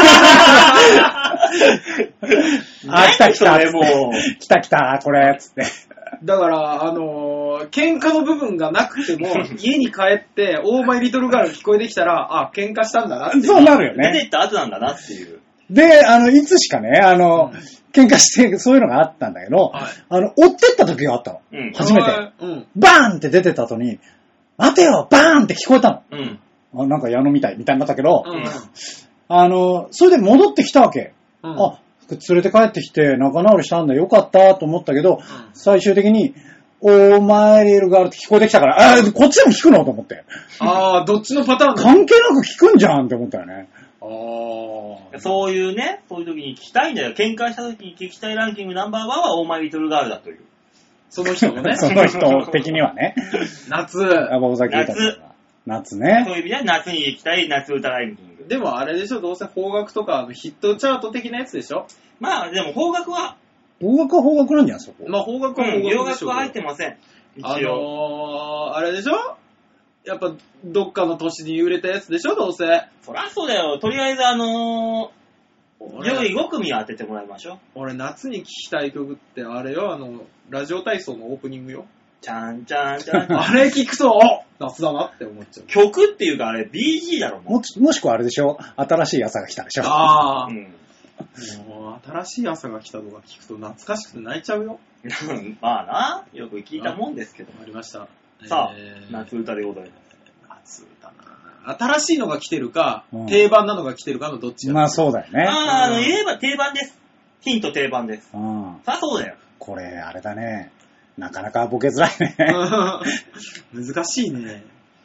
あ、来た、来た、これ、つって。 だから、喧嘩の部分がなくても、家に帰って、オーマイリトルガール聞こえてきたら、あ、喧嘩したんだなって。 そうなるよね。 出てった後なんだなっていう。 で、いつしかね、喧嘩して、そういうのがあったんだけど、追ってった時があったの。初めて。バーンって出てった後に、待てよ、バーンって聞こえたの。なんか矢野みたいになったけど、それで戻ってきたわけ。あ、連れて帰ってきて仲直りしたんだよかったと思ったけど、最終的にオーマイリトルガールって聞こえてきたから、こっちでも聞くのと思って。 ああ、どっちのパターン関係なく聞くんじゃんって思ったよね。 そういうね、そういう時に聞きたいんだよ。喧嘩した時に聞きたいランキングナンバー1はオーマイリトルガールだという。 その人のね。 その人的にはね。 夏。 夏ね。 そういう意味では夏に行きたい夏歌ランキング。 でもあれでしょ、どうせ邦楽とかヒットチャート的なやつでしょ。 まあでも邦楽は邦楽なんじゃん、そこ。 まあ邦楽は邦楽でしょ。 洋楽は入ってません。一応。 あれでしょ、やっぱどっかの年に売れたやつでしょ、どうせ。 そりゃそうだよ。とりあえず上位5組当ててもらいましょう。 俺夏に聴きたい曲ってあれよ、ラジオ体操のオープニングよ。 ちゃんちゃんちゃん。 あれ聞くと、夏だなって思っちゃう。 曲っていうかあれ BG だろ。 もしくはあれでしょ、新しい朝が来たでしょ。 ああ。もう新しい朝が来たとか聞くと懐かしくて泣いちゃうよ。 まあな、よく聞いたもんですけど。 ありました。 さあ、夏歌でございます。夏歌な。新しいのが来てるか、定番なのが来てるかのどっちか。 まあそうだよね。 言えば定番です。ヒント定番です。さあそうだよ。 これあれだね。なかなかボケづらいね。 難しいね。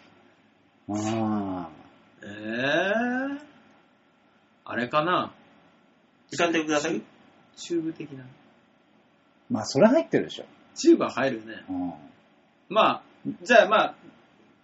あれかな。 歌ってください。 チューブ的な。 まあそれ入ってるでしょ。 チューブは入るね。まあじゃあまあ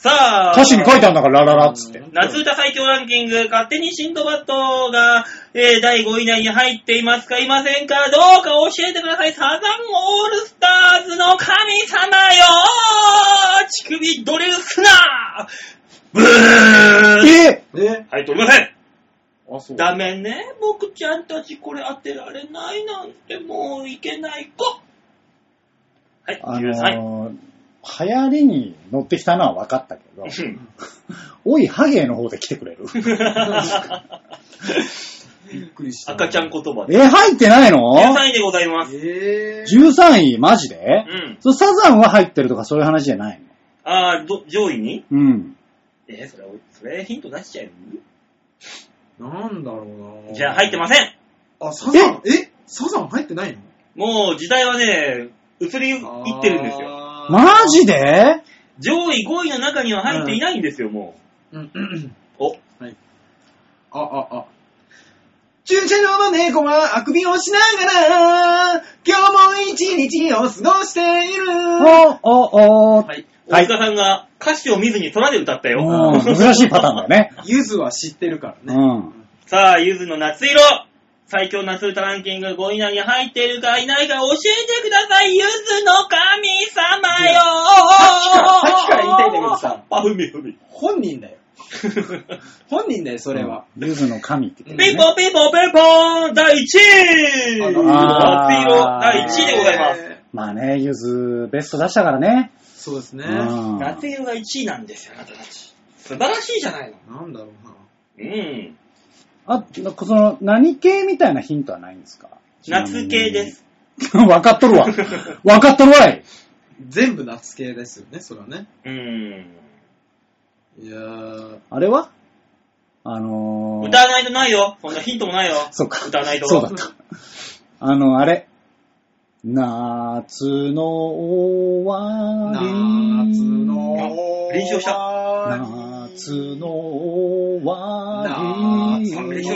さあ、 歌詞に書いてあるんだからラララっつって。 夏歌最強ランキング、勝手にシンドバッドが、第5位以内に入っていますかいませんか、どうか教えてください。サザンオールスターズの神様よー、乳首ドリルスナーブー入っておりません。 あ、そう。 ダメね、僕ちゃんたちこれ当てられないなんてもういけない子。はい、13位。 流行りに乗ってきたのは分かったけど、おい、ハゲの方で来てくれるびっくりした。 赤ちゃん言葉で。 入ってないの ?13 位でございます。 13位マジでサザンは入ってるとかそういう話じゃないの？上位に？ うん。 それヒント出しちゃう？ なんだろうな。 じゃあ入ってません。 サザン？サザン入ってないの？ もう時代はね、移りいってるんですよ。 マジで？ 上位5位の中には入っていないんですよ、もう。お。はい。 駐車場の猫はあくびをしながら、今日も一日を過ごしている。 はい。大塚さんが歌詞を見ずに空で歌ったよ。 珍しいパターンだよね。 ゆずは知ってるからね。 さあ、ゆずの夏色。最強夏歌ランキング5位以内に入っているかいないか教えてください。ゆずの神様よさっきから言いたいんだけどさ。本人だよ。本人だよ、それは。 ゆずの神って言って、ね。ピポピポピポーン第1位夏色第1位でございます。 まあね、ゆずベスト出したからね。 そうですね。 夏色が1位なんですよ、あなたたち。素晴らしいじゃないの。 なんだろうな。 その、何系みたいなヒントはないんですか？ 夏系です。 わかっとるわ。わかっとるわい。 全部夏系ですよね、それはね。いやー。あれは歌わないとないよ。そんなヒントもないよ。 そっか。 歌わないと。 そうだった。あれ。夏の終わり。 夏の終わり。 練習した。 夏の終わり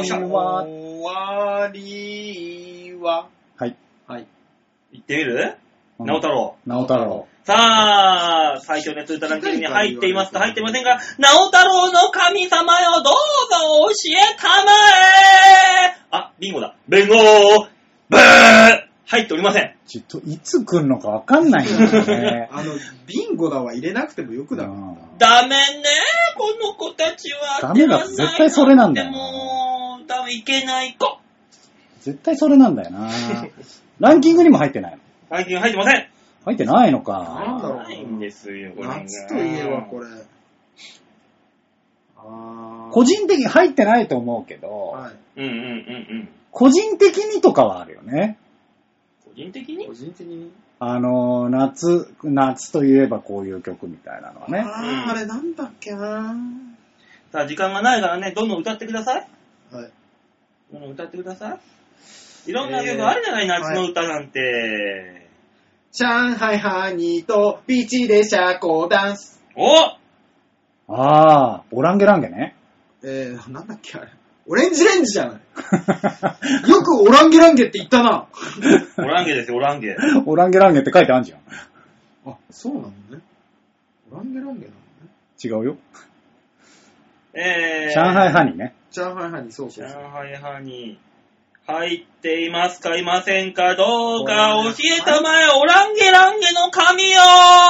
は。 はい。 はい。 言ってみる？直太郎。 直太郎。 さあ、最強熱歌ランキングに入っていますか入っていませんが、直太郎の神様よ、どうぞ教えたまえ。あ、ビンゴだ。ビンゴーブー入っておりません。 ちょっといつ来んのかわかんないんだよね。 ビンゴだは入れなくてもよくだろ。 ダメね、この子たちは。 ダメだ、絶対それなんだよ。 もう、ダメいけない子。 絶対それなんだよな。ランキングにも入ってないの？ ランキング入ってません。 入ってないのか。 なんだろう。 ないんですよ、これ。 夏といえばこれ。 個人的に入ってないと思うけど、 はい。 個人的にとかはあるよね。 個人的に夏といえばこういう曲みたいなのはね。 あれなんだっけな。 さあ、時間がないからね、どんどん歌ってください。 はい。 どんどん歌ってください。いろんな曲あるじゃない、夏の歌なんて。 上海ハニーとビーチで社交ダンス。 オランゲランゲね。 なんだっけあれ。オレンジレンジじゃない。よくオランゲランゲって言ったな。 オランゲですよ、オランゲ。 オランゲランゲって書いてあるじゃん。 あ、そうなのね。オランゲランゲなのね。 違うよ。 上海ハニーね。 上海ハニー、そう。 上海ハニー。入っていますかいませんかどうか教えたまえ、オランゲランゲの神よ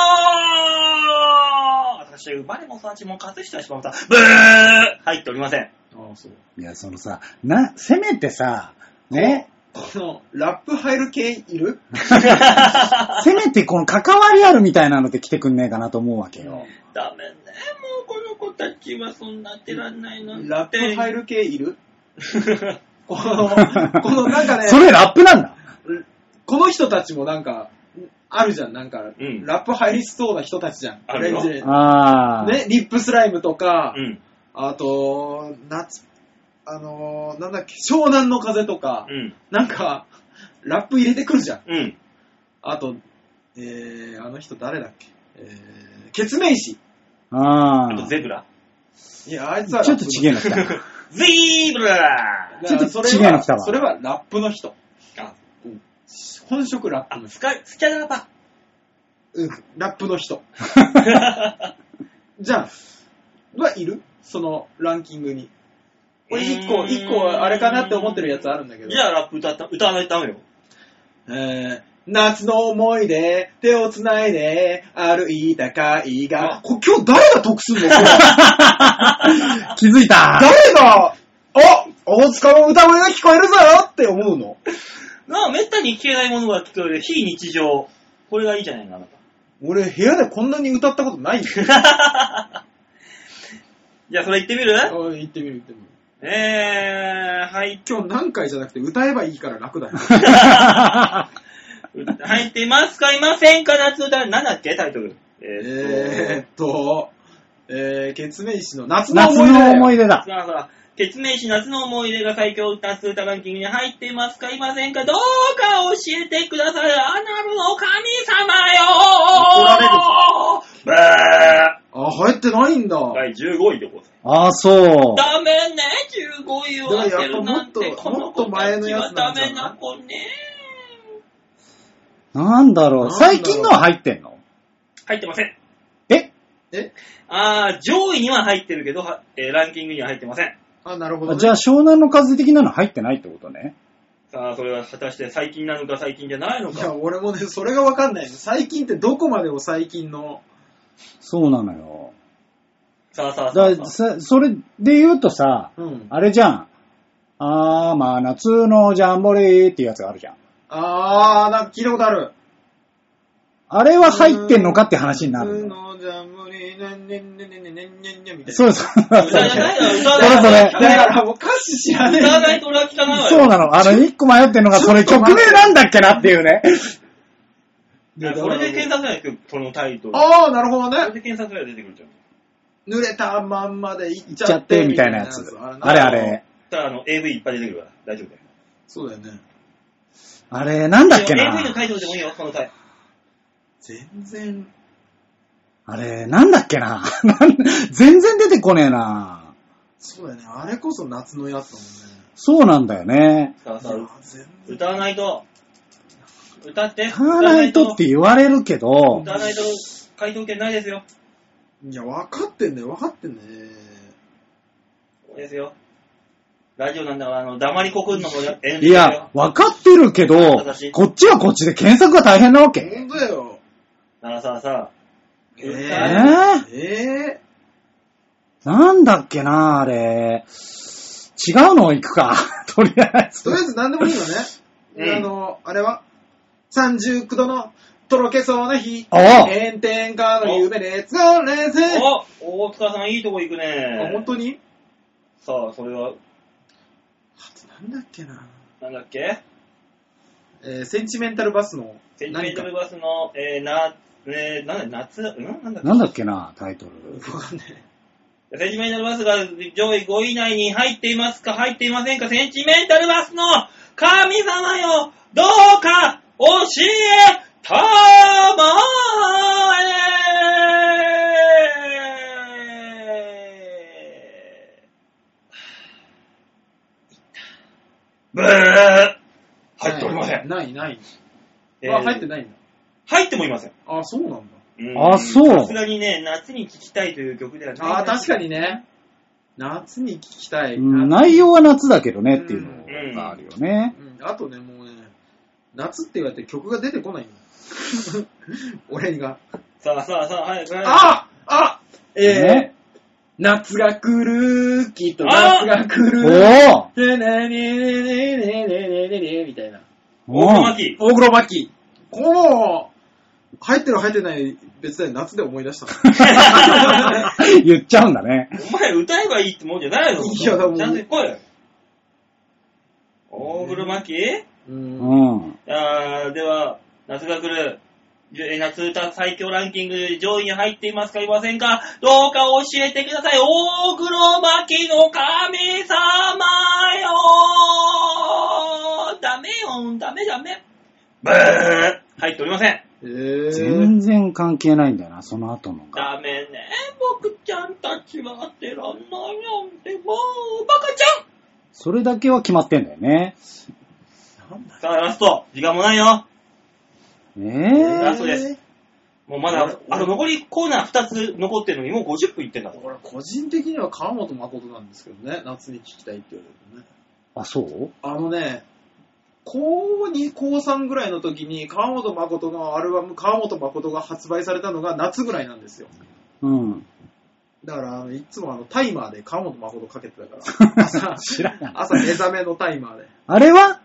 私、生まれも育ちも隠してしまった。ブー入っておりません。 ああ、そう。 いや、そのさ、せめてさ、ね。 ラップ入る系いるせめてこの関わりあるみたいなのって来てくんねえかなと思うわけよ。 ダメね、もうこの子たちはそんな当てらんないのって。 ラップ入る系いるこのなんかね。 それラップなんだ。 この人たちもなんか、あるじゃん、なんか、ラップ入りそうな人たちじゃん。 あるよ。 ね、リップスライムとか、あと、なんだっけ、湘南の風とか、なんか、ラップ入れてくるじゃん。あと、あの人誰だっけ、ケツメイシ。 あとゼブラ。 いや、あいつはちょっと違えの来た。 ゼブラちょっと違えの来たわ。 それはラップの人。本職ラップの人。 スキャラパ。 ラップの人。 じゃあ、はいるそのランキングに。これ一個あれかなって思ってるやつあるんだけど。 じゃあラップ歌わないとダメよ。 夏の思い出、手をつないで、歩いた海岸。今日誰が得すんの気づいた。 誰が、大塚の歌声が聞こえるぞって思うの？ めったに聞けないものが聞こえる非日常。これがいいじゃないか、あなた。 俺、部屋でこんなに歌ったことないんだよ。 じゃあ、それ言ってみる？ 言ってみる。 はい。 今日何回じゃなくて歌えばいいから楽だよ。 入ってますかいませんか夏歌。なんだっけタイトル。 ケツメイシの夏の思い出だ。 ケツメイシ夏の思い出が最強夏歌ランキングに入っていますかいませんか。どうか教えてください。アナルの神様よー。怒られる。 入ってないんだ。 第15位でございます。そう。 ダメね、15位を当てるなんて、 もっと前のやつなんじゃない？ ダメな子ね。 なんだろう、最近のは入ってんの？ 入ってません。上位には入ってるけど、ランキングには入ってません。 なるほど、ね。 じゃあ湘南の風的なの入ってないってことね。 さあ、それは果たして最近なのか最近じゃないのか。 いや、俺もね、それがわかんない。最近ってどこまでを最近の。 そうなのよ。 さあ。 それで言うとさ、あれじゃん。夏のジャンボリーっていうやつがあるじゃん。 なんか聞いたことある。 あれは入ってんのかって話になる。そうそう。 歌じゃないの、歌じゃない。 だからもう歌詞知らねえ。 歌わないと俺は聞かないわよ。 そうなの。一個迷ってんのが、それ曲名なんだっけなっていうね。 それで検索じゃない、そのタイトル。 なるほどね。 それで検索が出てくるじゃん。 濡れたまんまで行っちゃってみたいなやつ。あれ。 AV いっぱい出てくるから、大丈夫だよ。 そうだよね。 あれ、なんだっけな。 AV のタイトルでもいいよ、このタイ。 全然。 あれ、なんだっけな。全然出てこねえな。 そうだよね。あれこそ夏のやつだもんね。 そうなんだよね。 さあ、歌わないと。歌ってって言われるけど。 歌わないと回答権ないですよ。 いや、分かってんね。 そうですよ。ラジオなんだから、黙りこくんのも NG いや、分かってるけど、こっちはこっちで検索が大変なわけ。 ほんとだよ。 だからさ、 なんだっけな、あれ。違うの行くか。とりあえず何でもいいのね。あれは39度のとろけそうな日。炎天下の夢レッツゴーレース。 大塚さんいいとこ行くね。 本当に？ さあ、それは。 なんだっけな。 なんだっけ？ センチメンタルバスの。 センチメンタルバスの、夏、 なんだっけな、タイトル。 わかんない。 センチメンタルバスが上位5位以内に入っていますか入っていませんか。センチメンタルバスの神様よ、どうか教えたまえ。ブー、入っておりません。 ない。入ってないんだ。 入ってもいません。 そうなんだ。 そう。 さすがにね、夏に聴きたいという曲ではない。 確かにね。夏に聴きたい。 内容は夏だけどねっていうのがあるよね。 あとね、もうね、夏って言われて曲が出てこないの。俺が。 さあ、はい。 夏が来る、きっと夏が来る。みたいな。大黒摩季。こう、入ってる入ってない別で夏で思い出したの。 言っちゃうんだね。 お前歌えばいいってもんじゃないの？ いや、もう。 ちゃんと来い。大黒摩季？では、夏が来る。夏歌最強ランキング上位に入っていますかいませんか。どうか教えてください。大黒摩季の神様よ。ダメ。ブー、入っておりません。 全然関係ないんだよな、その後のが。 ダメね。僕ちゃんたちは当てらんないなんて、もう、バカちゃん。 それだけは決まってんだよね。 さあ、ラスト。時間もないよ。ラストです。 もうまだ、残りコーナー2つ残ってるのにもう50分いってんだもん。 俺、個人的には川本誠なんですけどね、夏に聞きたいって言われるとね。 あ、そう？ 高2、高3ぐらいの時に川本誠のアルバム、川本誠が発売されたのが夏ぐらいなんですよ。 うん。 だから、いつもタイマーで川本誠かけてたから。 知らない。 朝目覚めのタイマーで。 あれは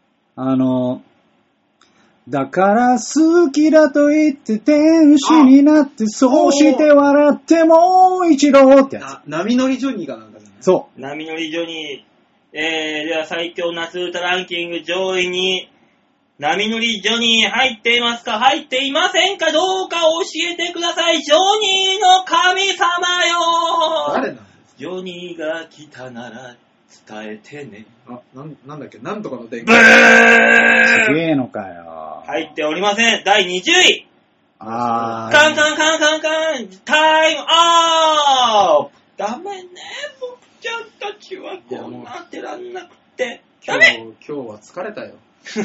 だから好きだと言って天使になってそうして笑ってもう一度ってやつ。 波乗りジョニーかなんかじゃない？ そう。 波乗りジョニー。では最強夏歌ランキング上位に波乗りジョニー入っていますか？入っていませんか？どうか教えてください。ジョニーの神様よ。 誰なんですか？ ジョニーが来たなら伝えてね。 なんだっけ、なんとかの電気。ブーすげえのかよ。 入っておりません。第20位。 カンカンカンカンカン、タイムアップ。ダメね、僕ちゃんたちはこうなってらんなくて。ダメ。 今日は疲れたよ。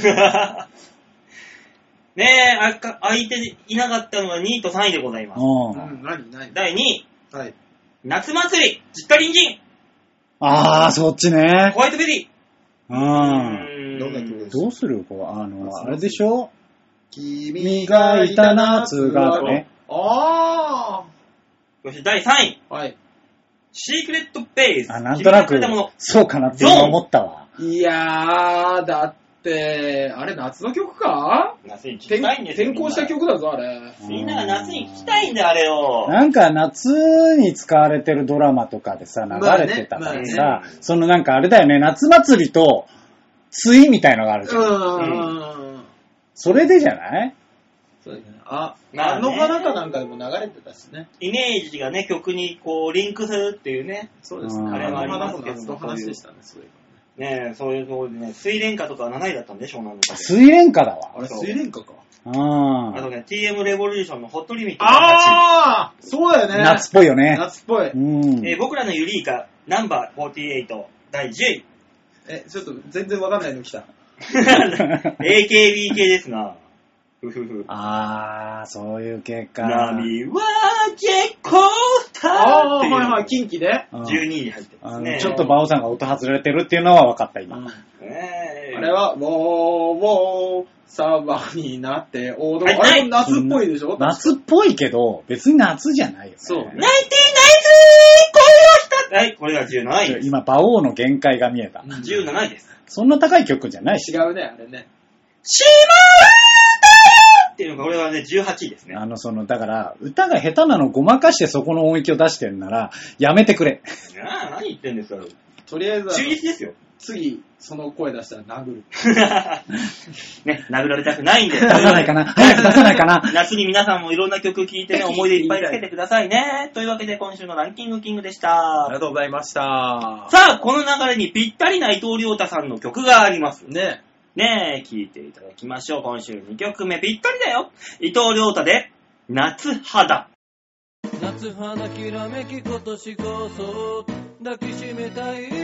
ねえ、相手いなかったのが2位と3位でございます。 何第2位。 はい。 夏祭り、じったりんじん。 そっちね。 ホワイトベリー。 どんな曲ですか？ どうする？あれでしょ？君がいた夏がね。 そして第3位。 はい。 シークレットベース。 なんとなく、そうかなって思ったわ。 いやー、だって、あれ夏の曲か？ 夏に聴きたいんですよ。 転校した曲だぞ、あれ。 みんなが夏に聴きたいんだよ、あれを。 なんか夏に使われてるドラマとかでさ、流れてたからさ、そのなんかあれだよね、夏祭りと、ついみたいのがあるじゃん。それでじゃない？ そうですね。野原かなんかでも流れてたしね。 イメージがね、曲にこう、リンクするっていうね。 そうですね。 あれはありますけど。 夏の話でしたね、そういうねえ、そういうところでね、水蓮花とかは7位だったんでしょうなんで。 水蓮花だわ。 あれ、水蓮花か。 あとね、TM レボリューションのホットリミットが8位。そうだよね。 夏っぽいよね。 夏っぽい。 僕らのユリイカ、ナンバー48、第10位。 ちょっと全然わかんないの来た。 AKB 系ですな。 そういう系か。 波は結構たはいはい、近畿で 12位に入ってますね。 ちょっとバオさんが音外れてるっていうのは分かった、今。 あれは、ウォーウォー、サバになって、あれも夏っぽいでしょ？ 夏っぽいけど、別に夏じゃないよね。 そう。ナインティナイズ恋をしたはい、これが17位です。 今、馬王の限界が見えた。 17位です。 そんな高い曲じゃないし。 違うね、あれね。 しまうっていうのが、これはね、18位ですね。 だから、歌が下手なのごまかしてそこの音域を出してるなら、やめてくれ。 何言ってんですか。 とりあえず、 中立ですよ。 次、その声出したら殴る。 ね、殴られたくないんで。 出さないかな早く出さないかな夏に皆さんもいろんな曲聴いてね、思い出いっぱいつけてくださいね。というわけで今週のランキングキングでした。 ありがとうございました。 さあ、この流れにぴったりな伊藤亮太さんの曲があります。 ね。 ねえ、聴いていただきましょう。今週2曲目ぴったりだよ。伊藤亮太で、夏肌。 夏肌きらめき今年こそ抱きしめたい。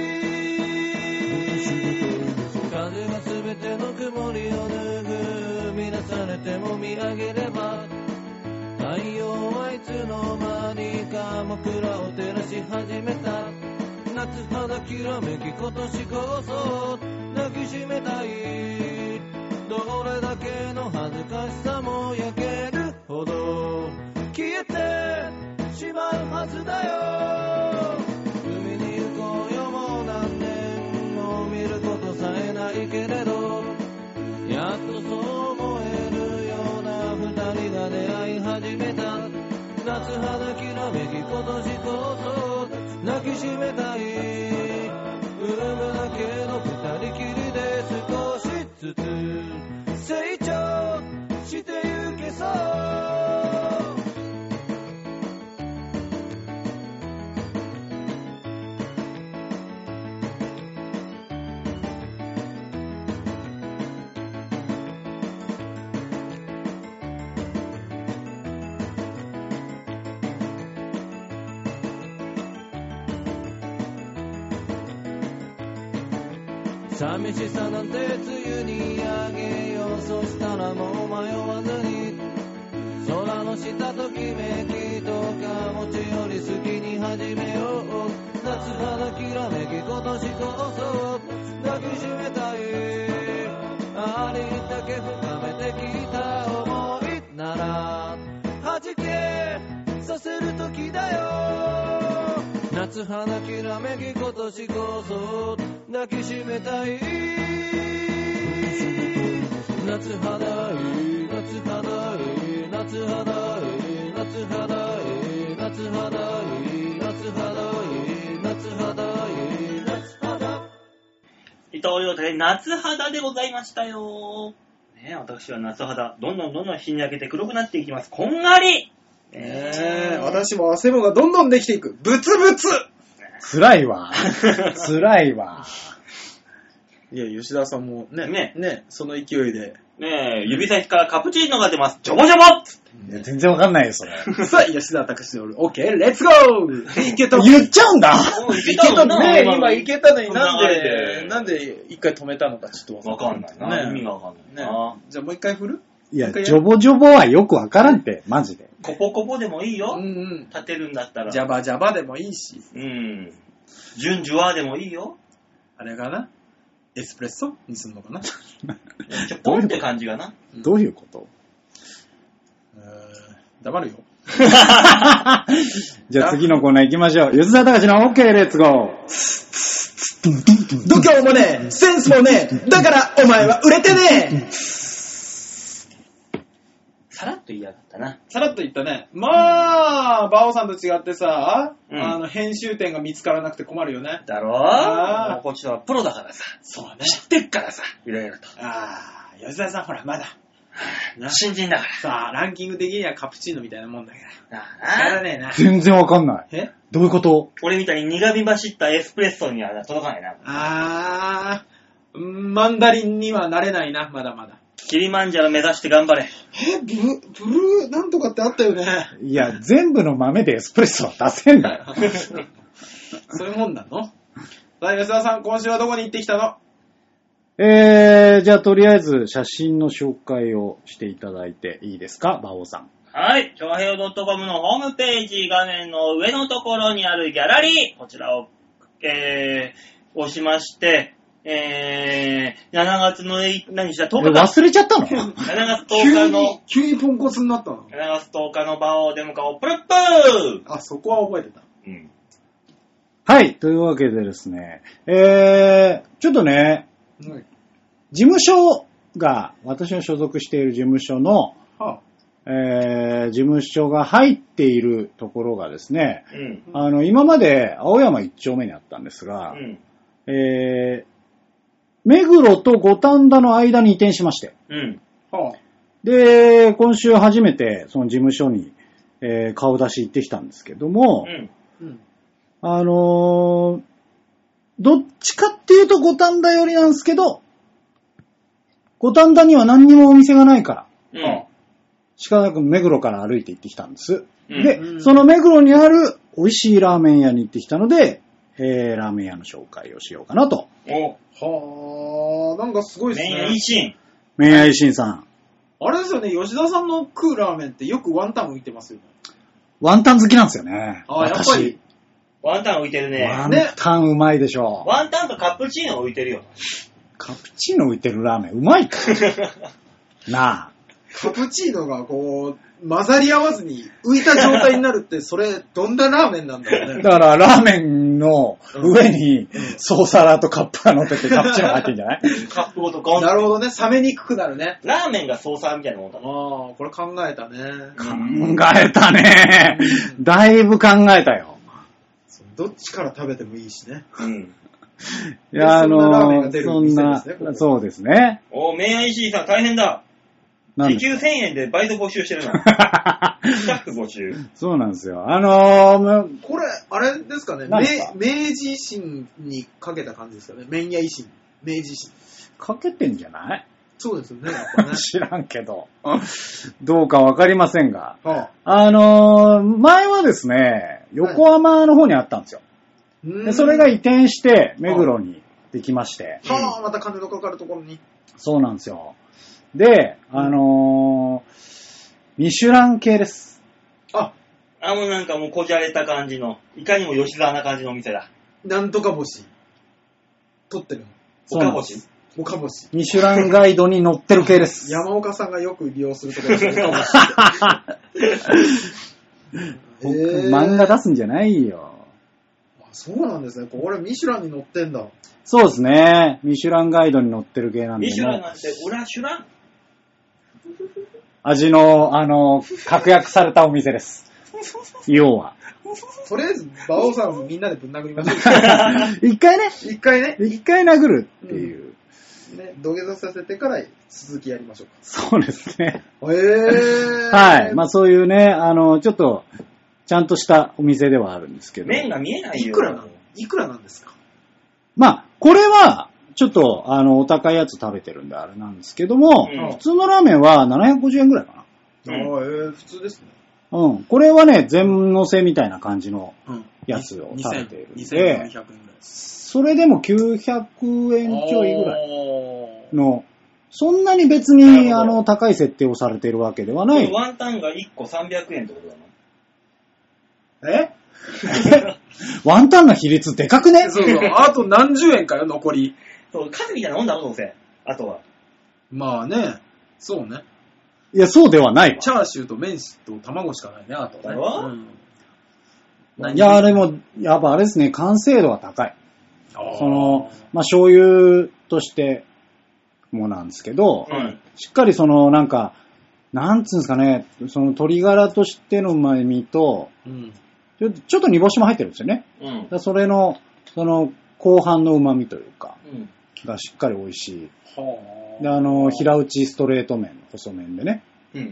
風がすべての曇りを脱ぐ。乱されても見上げれば太陽はいつの間にか僕らを照らし始めた。夏肌きらめき今年こそ抱きしめたい。どれだけの恥ずかしさも焼けるほど消えてしまうはずだよ。海に行こうよもう何年も見ることさえないけれど、やっとそう思えるような二人が出会い始めた。夏肌きらめき今年こそ抱きしめたい。産むだけの二人きりで少しずつ成長してゆけそう。寂しさなんて梅雨にあげよう。そしたらもう迷わずに空の下今年こそ抱きしめたい。ありったけ深めてきた思いなら弾けさせる時だよ。夏花きらめき今年こそ抱きしめたい。夏肌い夏肌い夏肌い夏肌い夏肌い夏肌い夏肌い夏肌。 伊藤亮太で夏肌でございましたよ。ね、私は夏肌、どんどん日に焼けて黒くなっていきます。こんがり。 私も汗もがどんどんできていく。ブツブツ。 辛いわ。辛いわ。 いや、吉田さんもね、その勢いで。 ねえ、指先からカプチーノが出ます。ジョボジョボ。 いや全然わかんないよ、それ。 さあ、吉田拓司のオッケー、レッツゴー。いけた。 言っちゃうんだ。 いけたね。今いけたのになんで一回止めたのかちょっとわかんないな。意味がわかんないな。 じゃあもう一回振る？ いや、ジョボジョボはよくわからんって、マジで。 コポコポでもいいよ。立てるんだったら。 ジャバジャバでもいいし。 ジュンジュワーでもいいよ。 あれかな？エスプレッソにすんのかな？ ポンって感じがな。 どういうこと？ 黙るよ。 じゃあ次のコーナー行きましょう。吉田隆の OK レッツゴー。 度胸もねえ、センスもねえ、だからお前は売れてねえ。 さらっと言いやがったな。 さらっと言ったね。まあ、バオさんと違ってさ、編集点が見つからなくて困るよね。 だろ？こっちはプロだからさ。 そうね。 知ってっからさ、いろいろと。 吉田さんほら、まだ。 新人だから。 さあ、ランキング的にはカプチーノみたいなもんだから。仕方ねえな。 全然わかんない。どういうこと？ 俺みたいに苦み走ったエスプレッソには届かないな。 マンダリンにはなれないな、まだまだ。 キリマンジャロ目指して頑張れ。 ブルーなんとかってあったよね。 いや、全部の豆でエスプレッソは出せんだよ。 そういうもんなの？さあ、吉田さん、今週はどこに行ってきたの？ じゃあとりあえず写真の紹介をしていただいていいですか、馬王さん。 はい。超平洋 .com のホームページ画面の上のところにあるギャラリー、こちらを、押しまして、7月の何日だ、10日だ。 忘れちゃったの？ 7月10日の。 急にポンコツになったの？ 7月10日の馬王デモカをプルップー。 そこは覚えてた。 はい。というわけでですね、ちょっとね、事務所が、私の所属している事務所の、事務所が入っているところがですね、今まで青山一丁目にあったんですが、目黒と五反田の間に移転しまして、で、今週初めてその事務所に、顔出し行ってきたんですけども、どっちかっていうと五反田寄りなんですけど、五反田には何にもお店がないから、仕方なく目黒から歩いて行ってきたんです。で、その目黒にある美味しいラーメン屋に行ってきたので、ラーメン屋の紹介をしようかなと。 なんかすごいですね。 麺屋維新。 麺屋維新さん。 あれですよね、吉田さんの食うラーメンってよくワンタン浮いてますよね。 ワンタン好きなんですよね。 やっぱり。 ワンタン浮いてるね。 ワンタンうまいでしょ。 ワンタンとカプチーノ浮いてるよ。 カプチーノ浮いてるラーメンうまいかなあ。 カプチーノがこう、混ざり合わずに浮いた状態になるって、それ、どんなラーメンなんだろうね。 だからラーメンの上にソーサラとカップが乗っててカプチーノが入ってるんじゃない？ カップごとゴン。 なるほどね、冷めにくくなるね。 ラーメンがソーサーみたいなもんだな。 これ考えたね。 考えたね。だいぶ考えたよ。 どっちから食べてもいいしね。 いや、そんな、そうですね。 麺屋石井さん大変だ。時給1000円でバイト募集してるの。スタッフ募集。 そうなんですよ。 これ、あれですかね。明治維新にかけた感じですかね。麺屋維新。明治維新。 かけてんじゃない？ そうですよね。やっぱね知らんけど。どうかわかりませんが。前はですね、横浜の方にあったんですよ。でそれが移転して目黒にできまして。 また金のかかるところに。 そうなんですよ。で、ミシュラン系です。 もうなんかもうこじゃれた感じの、いかにも吉沢な感じのお店だ。 なんとか星。 取ってるの。 おかぼし。 おかぼし。 ミシュランガイドに載ってる系です。 山岡さんがよく利用するところです。おかぼし。 漫画出すんじゃないよ。 そうなんですね。これミシュランに載ってんだ。 そうですね。ミシュランガイドに載ってる系なんで。 ミシュランなんて、裏シュラン味の、確約されたお店です。要は。 とりあえず、馬王さんをみんなでぶん殴りましょう。 一回ね。 一回殴るっていう。 ね、土下座させてから続きやりましょうか。 そうですね。 はい。 まあそういうね、ちょっと、ちゃんとしたお店ではあるんですけど。 麺が見えないよ。 いくらなんですか？ まあ、これは、ちょっと、お高いやつ食べてるんであれなんですけども、普通のラーメンは750円ぐらいかな。 普通ですね。 これはね、全のせみたいな感じのやつを食べているんで、 2400円ぐらい。 それでも900円ちょいぐらいの、そんなに別に高い設定をされているわけではない。 ワンタンが1個300円ってことだワンタンの比率でかくね？ そう。あと何十円かよ、残り。 そう、数みたいなもんだろ、どうせ。あとは。 まあね。そうね。 いや、そうではないわ。 チャーシューと麺と卵しかないね、あとね。 いや、でも、やっぱあれですね、完成度が高い。まあ、醤油としてもなんですけど、しっかりなんか、なんつうんですかね、鶏ガラとしての旨味と、ちょっと煮干しも入ってるんですよね。それの、後半の旨味というか、がしっかり美味しい。で、平打ちストレート麺、細麺でね。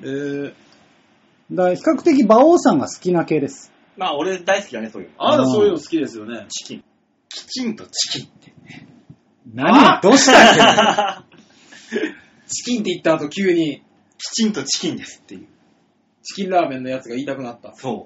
だから比較的馬王さんが好きな系です。 まあ、俺大好きだね、そういうの。 あなたそういうの好きですよね。 チキン。きちんとチキンって。 どうしたっけチキンって言った後急に、 きちんとチキンですっていう。 チキンラーメンのやつが言いたくなった。 そう。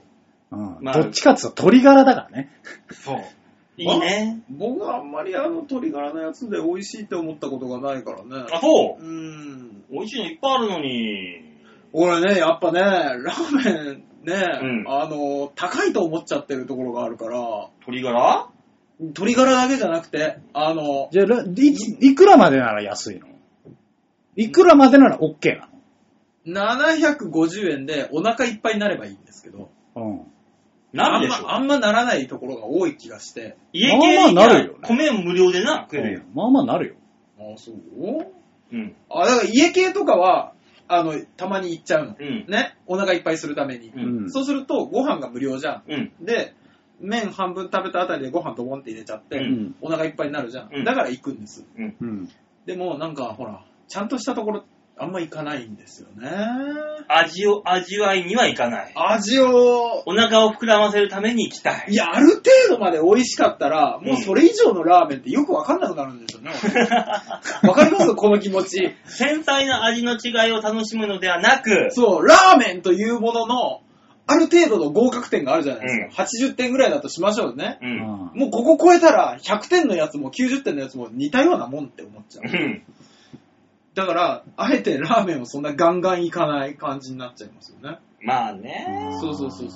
まあ、どっちかっていうと鶏ガラだからね。 そう。いいね。 僕はあんまり鶏ガラのやつで美味しいって思ったことがないからね。 あ、そう？美味しいのいっぱいあるのに。 俺ね、やっぱね、ラーメンね、高いと思っちゃってるところがあるから。 鶏ガラだけじゃなくて、 じゃあ、いくらまでなら安いの？いくらまでなら OK なの？ 750円でお腹いっぱいになればいいんですけど。 なるでしょ。 あんまならないところが多い気がして。 家系になるよ、ね。米無料でな、食えるよ。 まあまあなるよ。 あ、そう？だから家系とかは、たまに行っちゃうの。ね。お腹いっぱいするために。そうすると、ご飯が無料じゃん。で、麺半分食べたあたりでご飯ドボンって入れちゃって、お腹いっぱいになるじゃん。だから行くんです。でも、なんか、ほら、ちゃんとしたところ、あんま行かないんですよね。 味わいには行かない。 お腹を膨らませるために行きたい。 いや、ある程度まで美味しかったら、もうそれ以上のラーメンってよくわかんなくなるんですよね。わかりますこの気持ち。 繊細な味の違いを楽しむのではなく、 そう、ラーメンというものの、ある程度の合格点があるじゃないですか。80点ぐらいだとしましょうね。もうここ超えたら、100点のやつも90点のやつも似たようなもんって思っちゃう。だから、あえてラーメンをそんなガンガンいかない感じになっちゃいますよね。 まあね。 そう。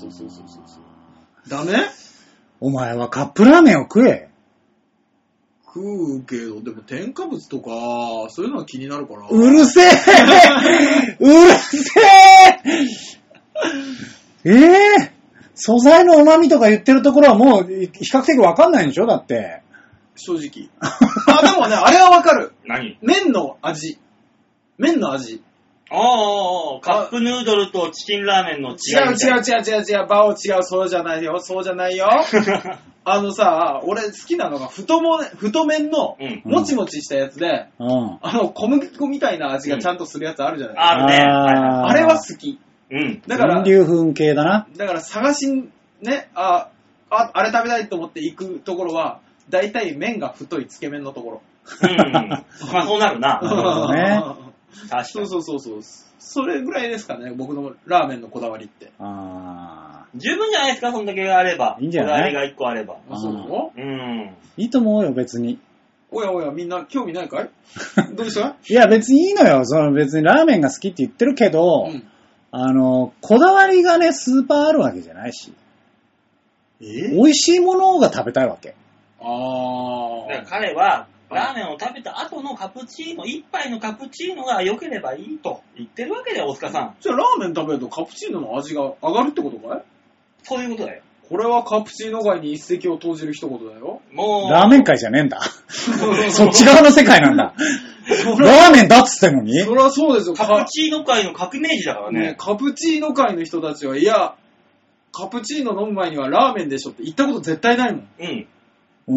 ダメ？ お前はカップラーメンを食え。 食うけど、でも添加物とか、そういうのは気になるから。 うるせえ素材の旨味とか言ってるところはもう比較的わかんないんでしょだって。 正直。でもね、あれはわかる。 何？ 麺の味。 カップヌードルとチキンラーメンの違い。 違う。バオ違う。そうじゃないよ。俺好きなのが太麺のもちもちしたやつで、小麦粉みたいな味がちゃんとするやつあるじゃないですか。 あるね。 あれは好き。だから、 流粉系だな。 だから探し、ね、あれ食べたいと思って行くところは、だいたい麺が太いつけ麺のところ。 まあそうなるな。 そう。それぐらいですかね、僕のラーメンのこだわりって。 十分じゃないですか、そんだけあれば。 いいんじゃない？ こだわりが1個あれば。 そういいと思うよ、別に。 おや、みんな興味ないかい？どうした？ いや、別にいいのよ。別にラーメンが好きって言ってるけど、こだわりがね、スーパーあるわけじゃないし。美味しいものが食べたいわけ。 だから彼は、 ラーメンを食べた後のカプチーノ、一杯のカプチーノが良ければいいと言ってるわけだよ、大塚さん。 じゃあラーメン食べるとカプチーノの味が上がるってことかい？ そういうことだよ。 これはカプチーノ界に一石を投じる一言だよ。 もう。 ラーメン界じゃねえんだ。そっち側の世界なんだ。ラーメンだっつってんのに？ そりゃそうですよ。 カプチーノ界の革命児だからね。 カプチーノ界の人たちは、いや、カプチーノ飲む前にはラーメンでしょって言ったこと絶対ないもん。 うん。 うん、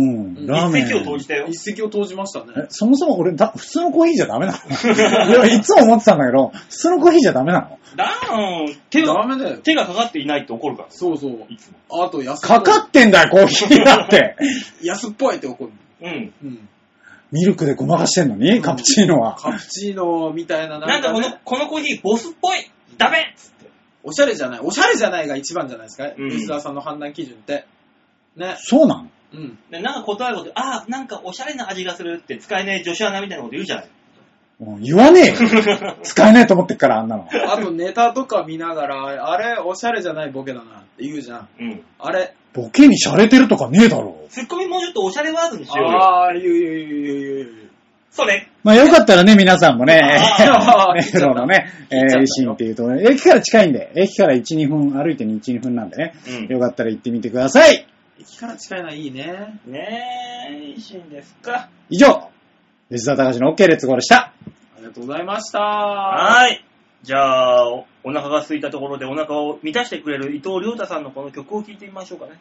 ラーメン。 一石を投じたよ。 一石を投じましたね。 そもそも俺、普通のコーヒーじゃダメなの？いつも思ってたんだけど、普通のコーヒーじゃダメなの？ ダメだよ。手がかかっていないって怒るから。 そうそう。いつも。あと安っぽい。 かかってんだよ、コーヒーだって。 安っぽいって怒る。 うん。うん。 ミルクでごまかしてんのに、カプチーノは。 カプチーノみたいななんかこのコーヒーボスっぽい。ダメっつって。 おしゃれじゃない。おしゃれじゃないが一番じゃないですか。吉沢さんの判断基準って。ね。 そうなの？ うん。で、なんか断ること、なんかおしゃれな味がするって使えねえ女子アナみたいなこと言うじゃない。 言わねえよ。使えねえと思ってっから、あんなの。 あとネタとか見ながら、あれ、おしゃれじゃないボケだなって言うじゃん。うん。あれ。 ボケに洒落てるとかねえだろ。 ツッコミもうちょっとおしゃれワードにしようよ。 言う。 それ。 まあよかったらね、皆さんもね、目黒のね、維新っていうと、駅から近いんで、駅から1、2分、歩いて1、2分なんでね、よかったら行ってみてください。 駅から近いのはいいね。 ねえ、維新ですか。 以上、吉沢隆の OK レッツゴーでした。 ありがとうございました。 はい。じゃあ、お腹が空いたところでお腹を満たしてくれる伊藤亮太さんのこの曲を聴いてみましょうかね。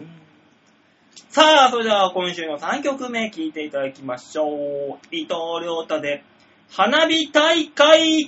さあ、それでは今週の3曲目聴いていただきましょう。伊藤亮太で、花火大会。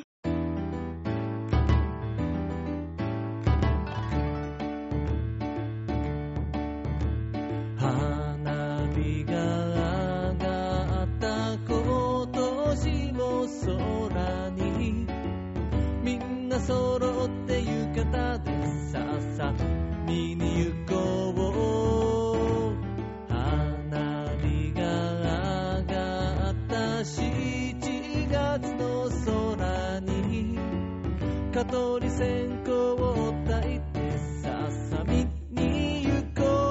花火が上がった今年も空にみんな揃って浴衣でさっさ見に行こう。花火が上がった7月の空に蚊取り線香を焚いてさっさ見に行こう。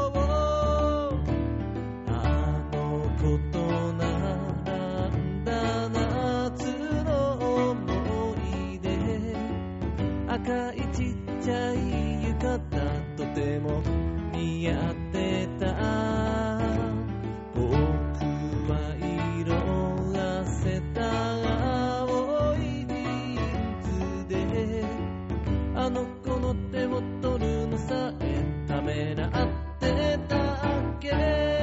赤いちっちゃい浴衣とても似合ってた。僕は色あせた青いビーズであの子の手を取るのさえためらってたっけ。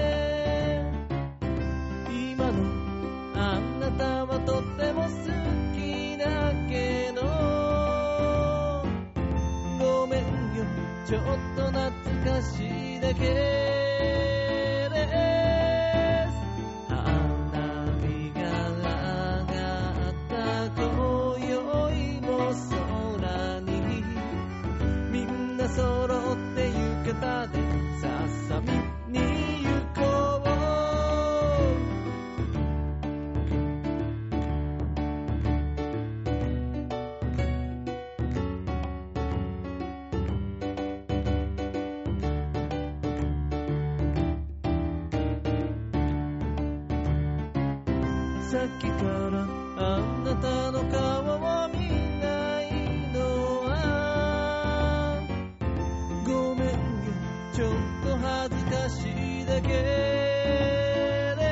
今のあなたはとても好きだけどちょっと懐かしいだけです。花火が上がった今宵も空にみんな揃って浴衣でさっさ見に行こう。さっきからあなたの顔を見ないのはごめんよ、ちょっと恥ずかしいだけです。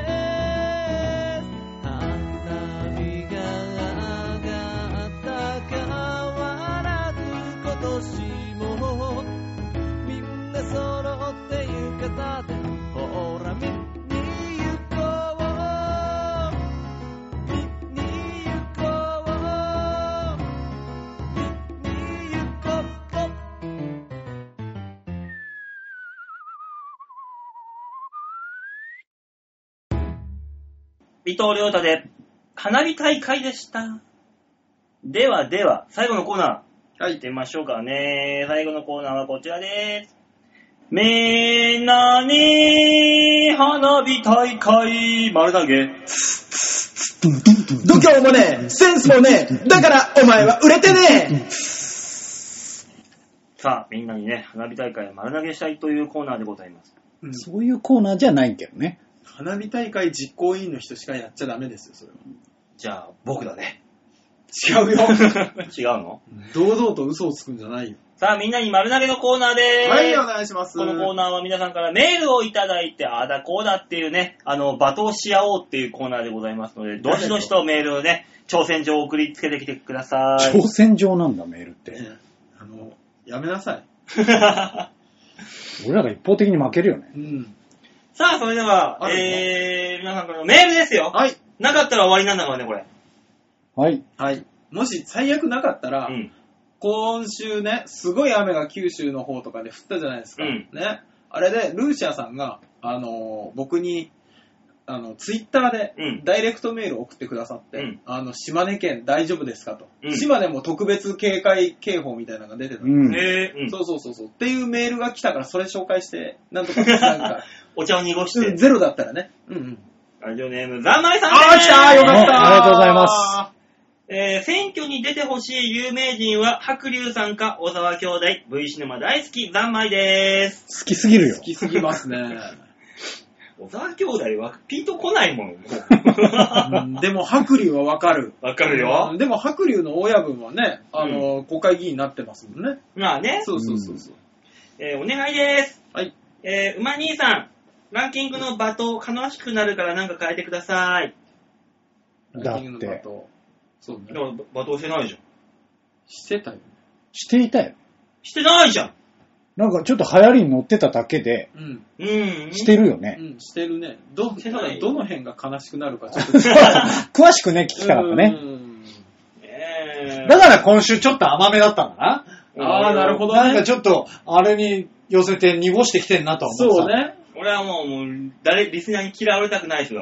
花火が上がった変わらず今年もみんな揃って浴衣でほら見に行こう。 伊藤亮太で花火大会でした。では、最後のコーナー、行ってみましょうかね。最後のコーナーはこちらです。みんなに花火大会丸投げ。 度胸もねえ、センスもねえ、だからお前は売れてねえ。 さあ、みんなにね、花火大会丸投げしたいというコーナーでございます。 そういうコーナーじゃないけどね。 花火大会実行委員の人しかやっちゃダメですよ、それは。 じゃあ、僕だね。 違うよ。 違うの？ 堂々と嘘をつくんじゃないよ。 さあ、みんなに丸投げのコーナーでーす。 はい、お願いします。 このコーナーは皆さんからメールをいただいて、ああだこうだっていうね、罵倒し合おうっていうコーナーでございますので、どしどしとメールをね、挑戦状を送りつけてきてください。 挑戦状なんだ、メールって。 やめなさい。 俺らが一方的に負けるよね。 うん。 さあ、それでは、皆さんからのメールですよ。 はい。 なかったら終わりなんだからね、これ。 はい。 はい。もし最悪なかったら、今週ね、すごい雨が九州の方とかで降ったじゃないですか。ね。あれで、ルーシアさんが、僕に、ツイッターで、ダイレクトメールを送ってくださって、島根県大丈夫ですかと。島根も特別警戒警報みたいなのが出てたんです。そう。っていうメールが来たから、それ紹介して、なんとか、なんか、 お茶を濁して。 ゼロだったらね。 ラジオネーム、ざんまいさんです。 来たよかったありがとうございます。 選挙に出てほしい有名人は白龍さんか小沢兄弟、V シネマ大好き、ざんまいでーす。 好きすぎるよ。 好きすぎますね。 小沢兄弟はピンとこないもの。 でも白龍はわかる。 わかるよ。 でも白龍の親分はね、国会議員になってますもんね。 まあね。 そう。 お願いです。 はい。 馬兄さん、ランキングの罵倒悲しくなるからなんか変えてください。 だって。 そうね。 だから罵倒してないじゃん。 してたよ。 していたよ。 してないじゃん。 なんかちょっと流行りに乗ってただけで、してるよね。 してるね。どの辺が悲しくなるかちょっと詳しくね、聞きたかったね。だから今週ちょっと甘めだったんだな。 ああ、なるほどね。 なんかちょっと、あれに寄せて濁してきてんなとは思ってた。 そうね。 俺はもうリスナーに嫌われたくない人だから。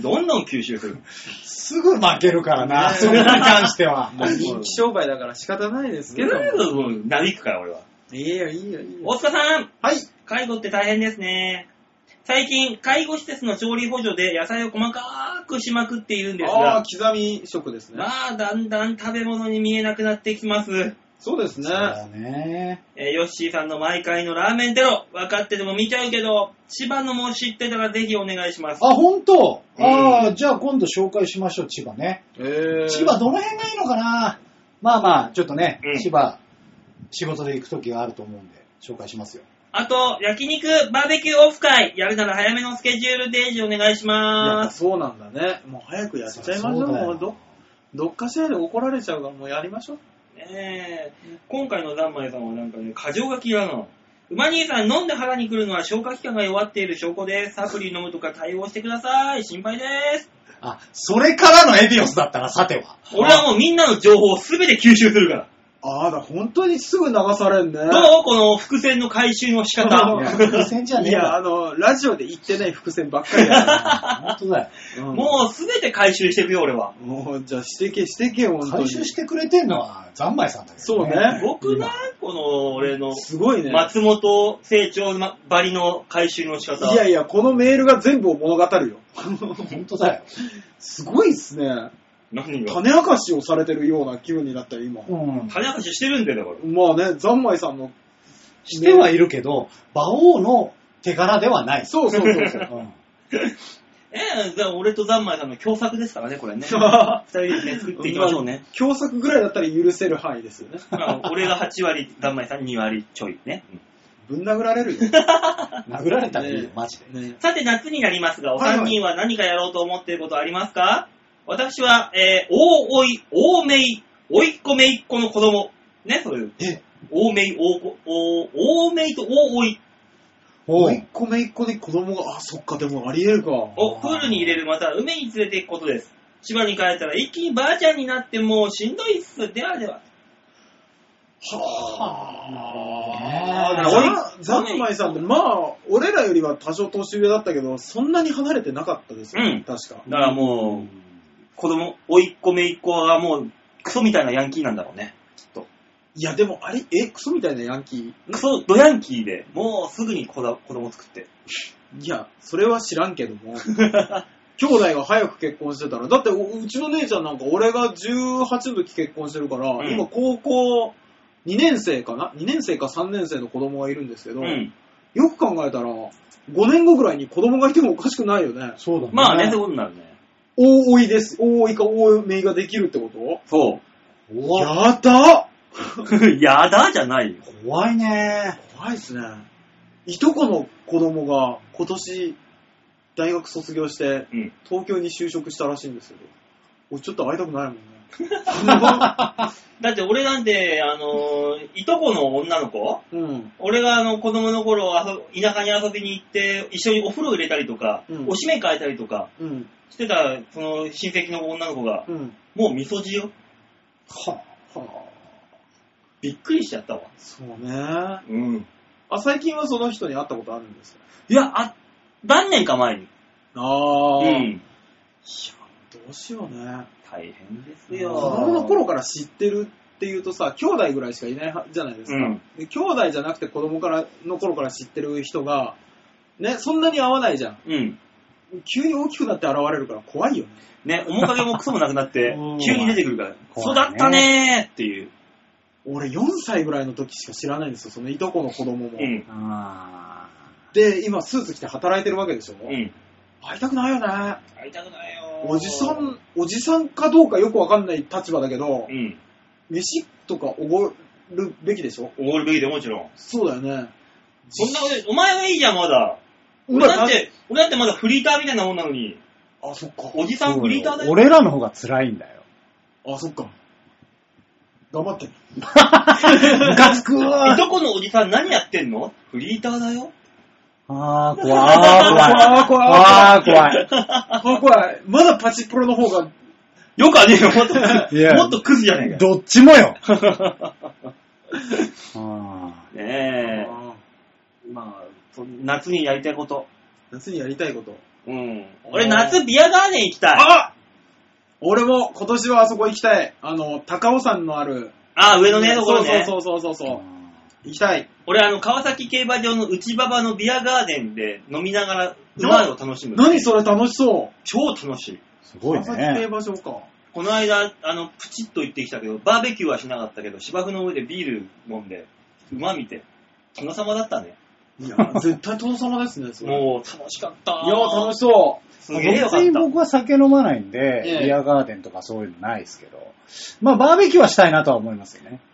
どんどん吸収する。 すぐ負けるからな、それに関しては。 人気商売だから仕方ないですけど。 なびくから俺は。 いいよ。 大塚さん。 はい。 介護って大変ですね。最近、介護施設の調理補助で野菜を細かくしまくっているんですが。 刻み食ですね。 まあ、だんだん食べ物に見えなくなってきます。 そうですね。そうだね。 ヨッシーさんの毎回のラーメンテロ、分かってても見ちゃうけど、千葉のも知ってたらぜひお願いします。 あ、ほんと？じゃあ今度紹介しましょう、千葉ね。千葉どの辺がいいのかな？まあ、ちょっとね、千葉、仕事で行くときがあると思うんで、紹介しますよ。 あと、焼肉、バーベキューオフ会、やるなら早めのスケジュール提示お願いします。 そうなんだね。もう早くやっちゃいましょう。もうどっかしらで怒られちゃうからもうやりましょう。 今回のざんまいさんはなんかね、過剰書きだな。馬兄さん、飲んで腹に来るのは消化器官が弱っている証拠です。サプリ飲むとか対応してください。心配です。 あ、それからのエビオスだったらさては。 俺はもうみんなの情報をすべて吸収するから。 本当にすぐ流されんね。 どうこの伏線の回収の仕方。 伏線じゃねえよ。 ラジオで言ってない伏線ばっかりだよ。 本当だよ。もうすべて回収していくよ、俺は。 もう、じゃあしてけ、本当に。 回収してくれてんのは、ざんまいさんだけどね。 そうね。 僕な、この、俺の、 すごいね。 松本清張ばりの回収の仕方。 いや、このメールが全部を物語るよ。 本当だよ。 すごいっすね。 何が種明かしをされてるような気分になったよ、今。 種明かししてるんだよ、だから。 まあね、ざんまいさんの。 してはいるけど、馬王の手柄ではない。 そう。 じゃあ俺とざんまいさんの共作ですからね、これね。二人でね、作っていきましょうね。 共作ぐらいだったら許せる範囲ですよね。 俺が8割、ざんまいさん2割ちょいね。 ぶん殴られるよ。 殴られたらいいよ、マジで。 さて、夏になりますが、お三人は何かやろうと思っていることありますか？私は、大めい、おいっ子めいっ子の子供。ね、そういう。大めいと大おい。 おいっ子めいっ子で子供が、そっか、でもあり得るか。 プールに入れる、また海に連れて行くことです。千葉に帰ったら一気にばあちゃんになってもうしんどいっす。ではでは。 ざんまいさんって、まあ、俺らよりは多少年上だったけど、そんなに離れてなかったですよね、確か。 だからもう、子供、おいっ子めいっ子がもう、クソみたいなヤンキーなんだろうね、きっと。 いや、でも、あれ、クソみたいなヤンキー？ クソ、ドヤンキーで、もうすぐに子供作って。 いや、それは知らんけども。兄弟が早く結婚してたら、だってうちの姉ちゃんなんか俺が18の時結婚してるから、今高校2年生かな ?2 年生か3年生の子供がいるんですけど、 よく考えたら、5年後ぐらいに子供がいてもおかしくないよね。 そうだね。 まあね、そういうことになるね。 大追いです。大追いか大姪ができるってことそう。 やだやだじゃないよ。 怖いね。 怖いっすね。いとこの子供が今年大学卒業して、東京に就職したらしいんですけど、俺ちょっと会いたくないもんね。 だって俺なんて、いとこの女の子、俺が子供の頃田舎に遊びに行って一緒にお風呂入れたりとか、おしめ替えたりとか、してたその親戚の女の子が、もう味噌汁よ。びっくりしちゃったわ。 そうね。最近はその人に会ったことあるんですか？ いや、何年か前に。 いや、どうしようね。 大変ですよ。 子供の頃から知ってるっていうとさ、兄弟ぐらいしかいないじゃないですか。で兄弟じゃなくて子供の頃から知ってる人が、ね、そんなに会わないじゃん。急に大きくなって現れるから怖いよね。 ね、面影もクソもなくなって、急に出てくるから、育ったねーっていう。 俺4歳ぐらいの時しか知らないんですよ、そのいとこの子供も。で、今スーツ着て働いてるわけでしょ。会いたくないよね。 会いたくないよ。 おじさんかどうかよくわかんない立場だけど、飯とかおごるべきでしょ？ おごるべきでもちろん。 そうだよね。 そんなこと、お前はいいじゃん、まだ。俺だってまだフリーターみたいなもんなのに。 あ、そっか。 おじさんフリーターだよ。 俺らの方が辛いんだよ。 あ、そっか。頑張ってんの。 ムカつくわ。 いとこのおじさん何やってんの？フリーターだよ。 怖い。まだパチプロの方が。 よくはねえよ、もっとクズじゃねえか。 どっちもよ。 ねえ。まあ、夏にやりたいこと。俺夏ビアガーデン行きたい。 俺も今年はあそこ行きたい。高尾山のある。 上のね、ところね。 そう。行きたい。 俺川崎競馬場の内馬場のビアガーデンで飲みながら馬を楽しむ。 何それ楽しそう。 超楽しい。 すごいね。 川崎競馬場か。 この間、プチッと行ってきたけど、バーベキューはしなかったけど、芝生の上でビール飲んで、馬見て、殿様だったね。 いや、絶対殿様ですね、それ。 もう楽しかった。 いや、楽しそう。 すげえよかった。 別に僕は酒飲まないんで、ビアガーデンとかそういうのないですけど、まあバーベキューはしたいなとは思いますよね。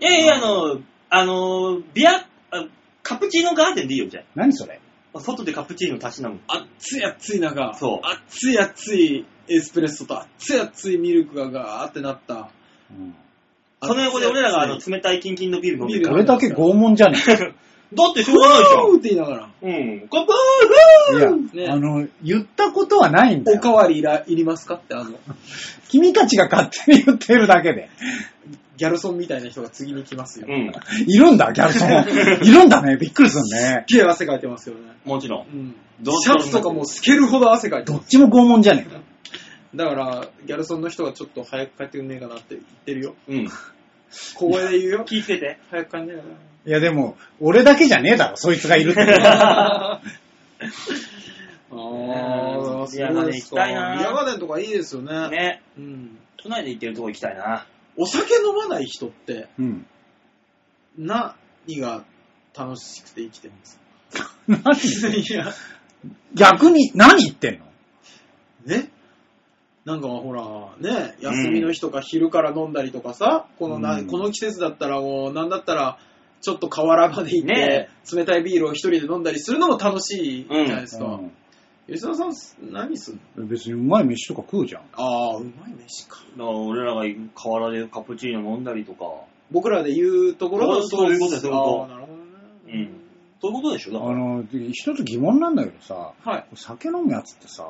カプチーノガーデンでいいよ、じゃあ。 何それ？ 外でカプチーノ立ち飲む。 熱い中、 そう。 熱いエスプレッソと熱いミルクがガーってなった。 その横で俺らが冷たいキンキンのビール飲んでる。 これだけ拷問じゃねえ。 だってしょうがないじゃん。 って言いながら。 乾杯いや、言ったことはないんだよ。 おかわりいりますかって君たちが勝手に言ってるだけで。 ギャルソンみたいな人が次に来ますよ。 いるんだ、ギャルソン。いるんだね。びっくりするね。 すっげえ汗かいてますよね。 もちろん。 シャツとかも透けるほど汗かいてます。 どっちも拷問じゃねえか。 だから、ギャルソンの人がちょっと早く帰ってくんねえかなって言ってるよ。小声で言うよ。 聞いてて。 早く帰んねえかな。 いやでも、俺だけじゃねえだろ、そいつがいるって。 ビアガーデン行きたいな。 ビアガーデンとかいいですよね。 ね。都内で行ってるとこ行きたいな。 お酒飲まない人って、何が楽しくて生きてるんですか？ 何？いや、逆に何言ってんの？ ね？なんかほら、ね、休みの日とか昼から飲んだりとかさ、この季節だったらもう、なんだったら、ちょっと河原まで行って、冷たいビールを一人で飲んだりするのも楽しいじゃないですか。吉田さん、何すんの？ 別にうまい飯とか食うじゃん。 うまい飯か。 だから俺らが河原でカプチーノ飲んだりとか。 僕らで言うところそういうことですよ。 なるほどね。そういうことでしょ。だから一つ疑問なんだけどさ、酒飲むやつってさ、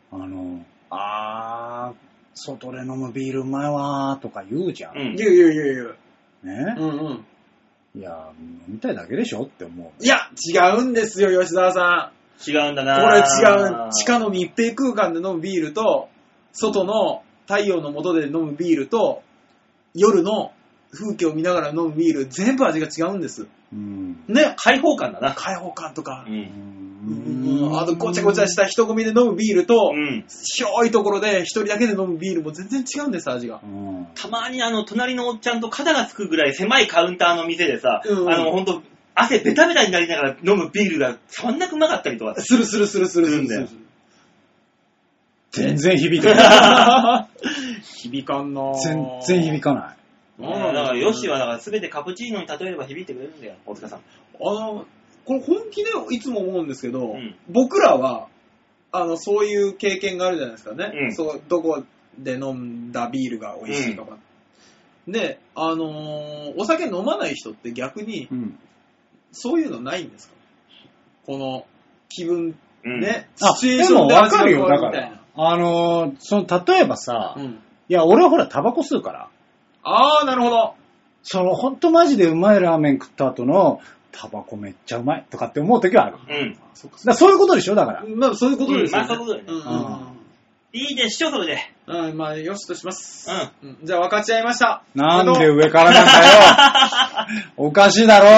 外で飲むビールうまいわーとか言うじゃん。 言う。 ね？いや、飲みたいだけでしょって思う。 いや、違うんですよ、吉沢さん。 違うんだな。 これ違う。地下の密閉空間で飲むビールと、外の太陽の下で飲むビールと、夜の風景を見ながら飲むビール、全部味が違うんです。 ね、開放感だな。 開放感とか。あとごちゃごちゃした人混みで飲むビールと、広いところで一人だけで飲むビールも全然違うんです、味が。 たまに隣のおっちゃんと肩がつくぐらい狭いカウンターの店でさ、ほんと、 汗ベタベタになりながら飲むビールがそんなうまかったりとか。 するんだよ。 全然響いてない。 響かんなぁ。 全然響かない。 だからヨッシーはだから全てカプチーノに例えれば響いてくれるんだよ、大塚さん。 これ本気でいつも思うんですけど、僕らは、そういう経験があるじゃないですかね。どこで飲んだビールが美味しいとか。で、お酒飲まない人って逆に、そういうのないんですか？この気分、ね。 シチュエーションでわかるよ、だから。例えばさ、いや、俺はほら、タバコ吸うから。 あー、なるほど。 ほんとマジでうまいラーメン食った後の、タバコめっちゃうまいとかって思うときはある。そういうことでしょ、だから。 まあ、そういうことですよね。 まあ、そういうことだよね。いいでしょ、それで。 まあ、よしとします。じゃあ、分かち合いました。 なんで上からなんだよ。おかしいだろ。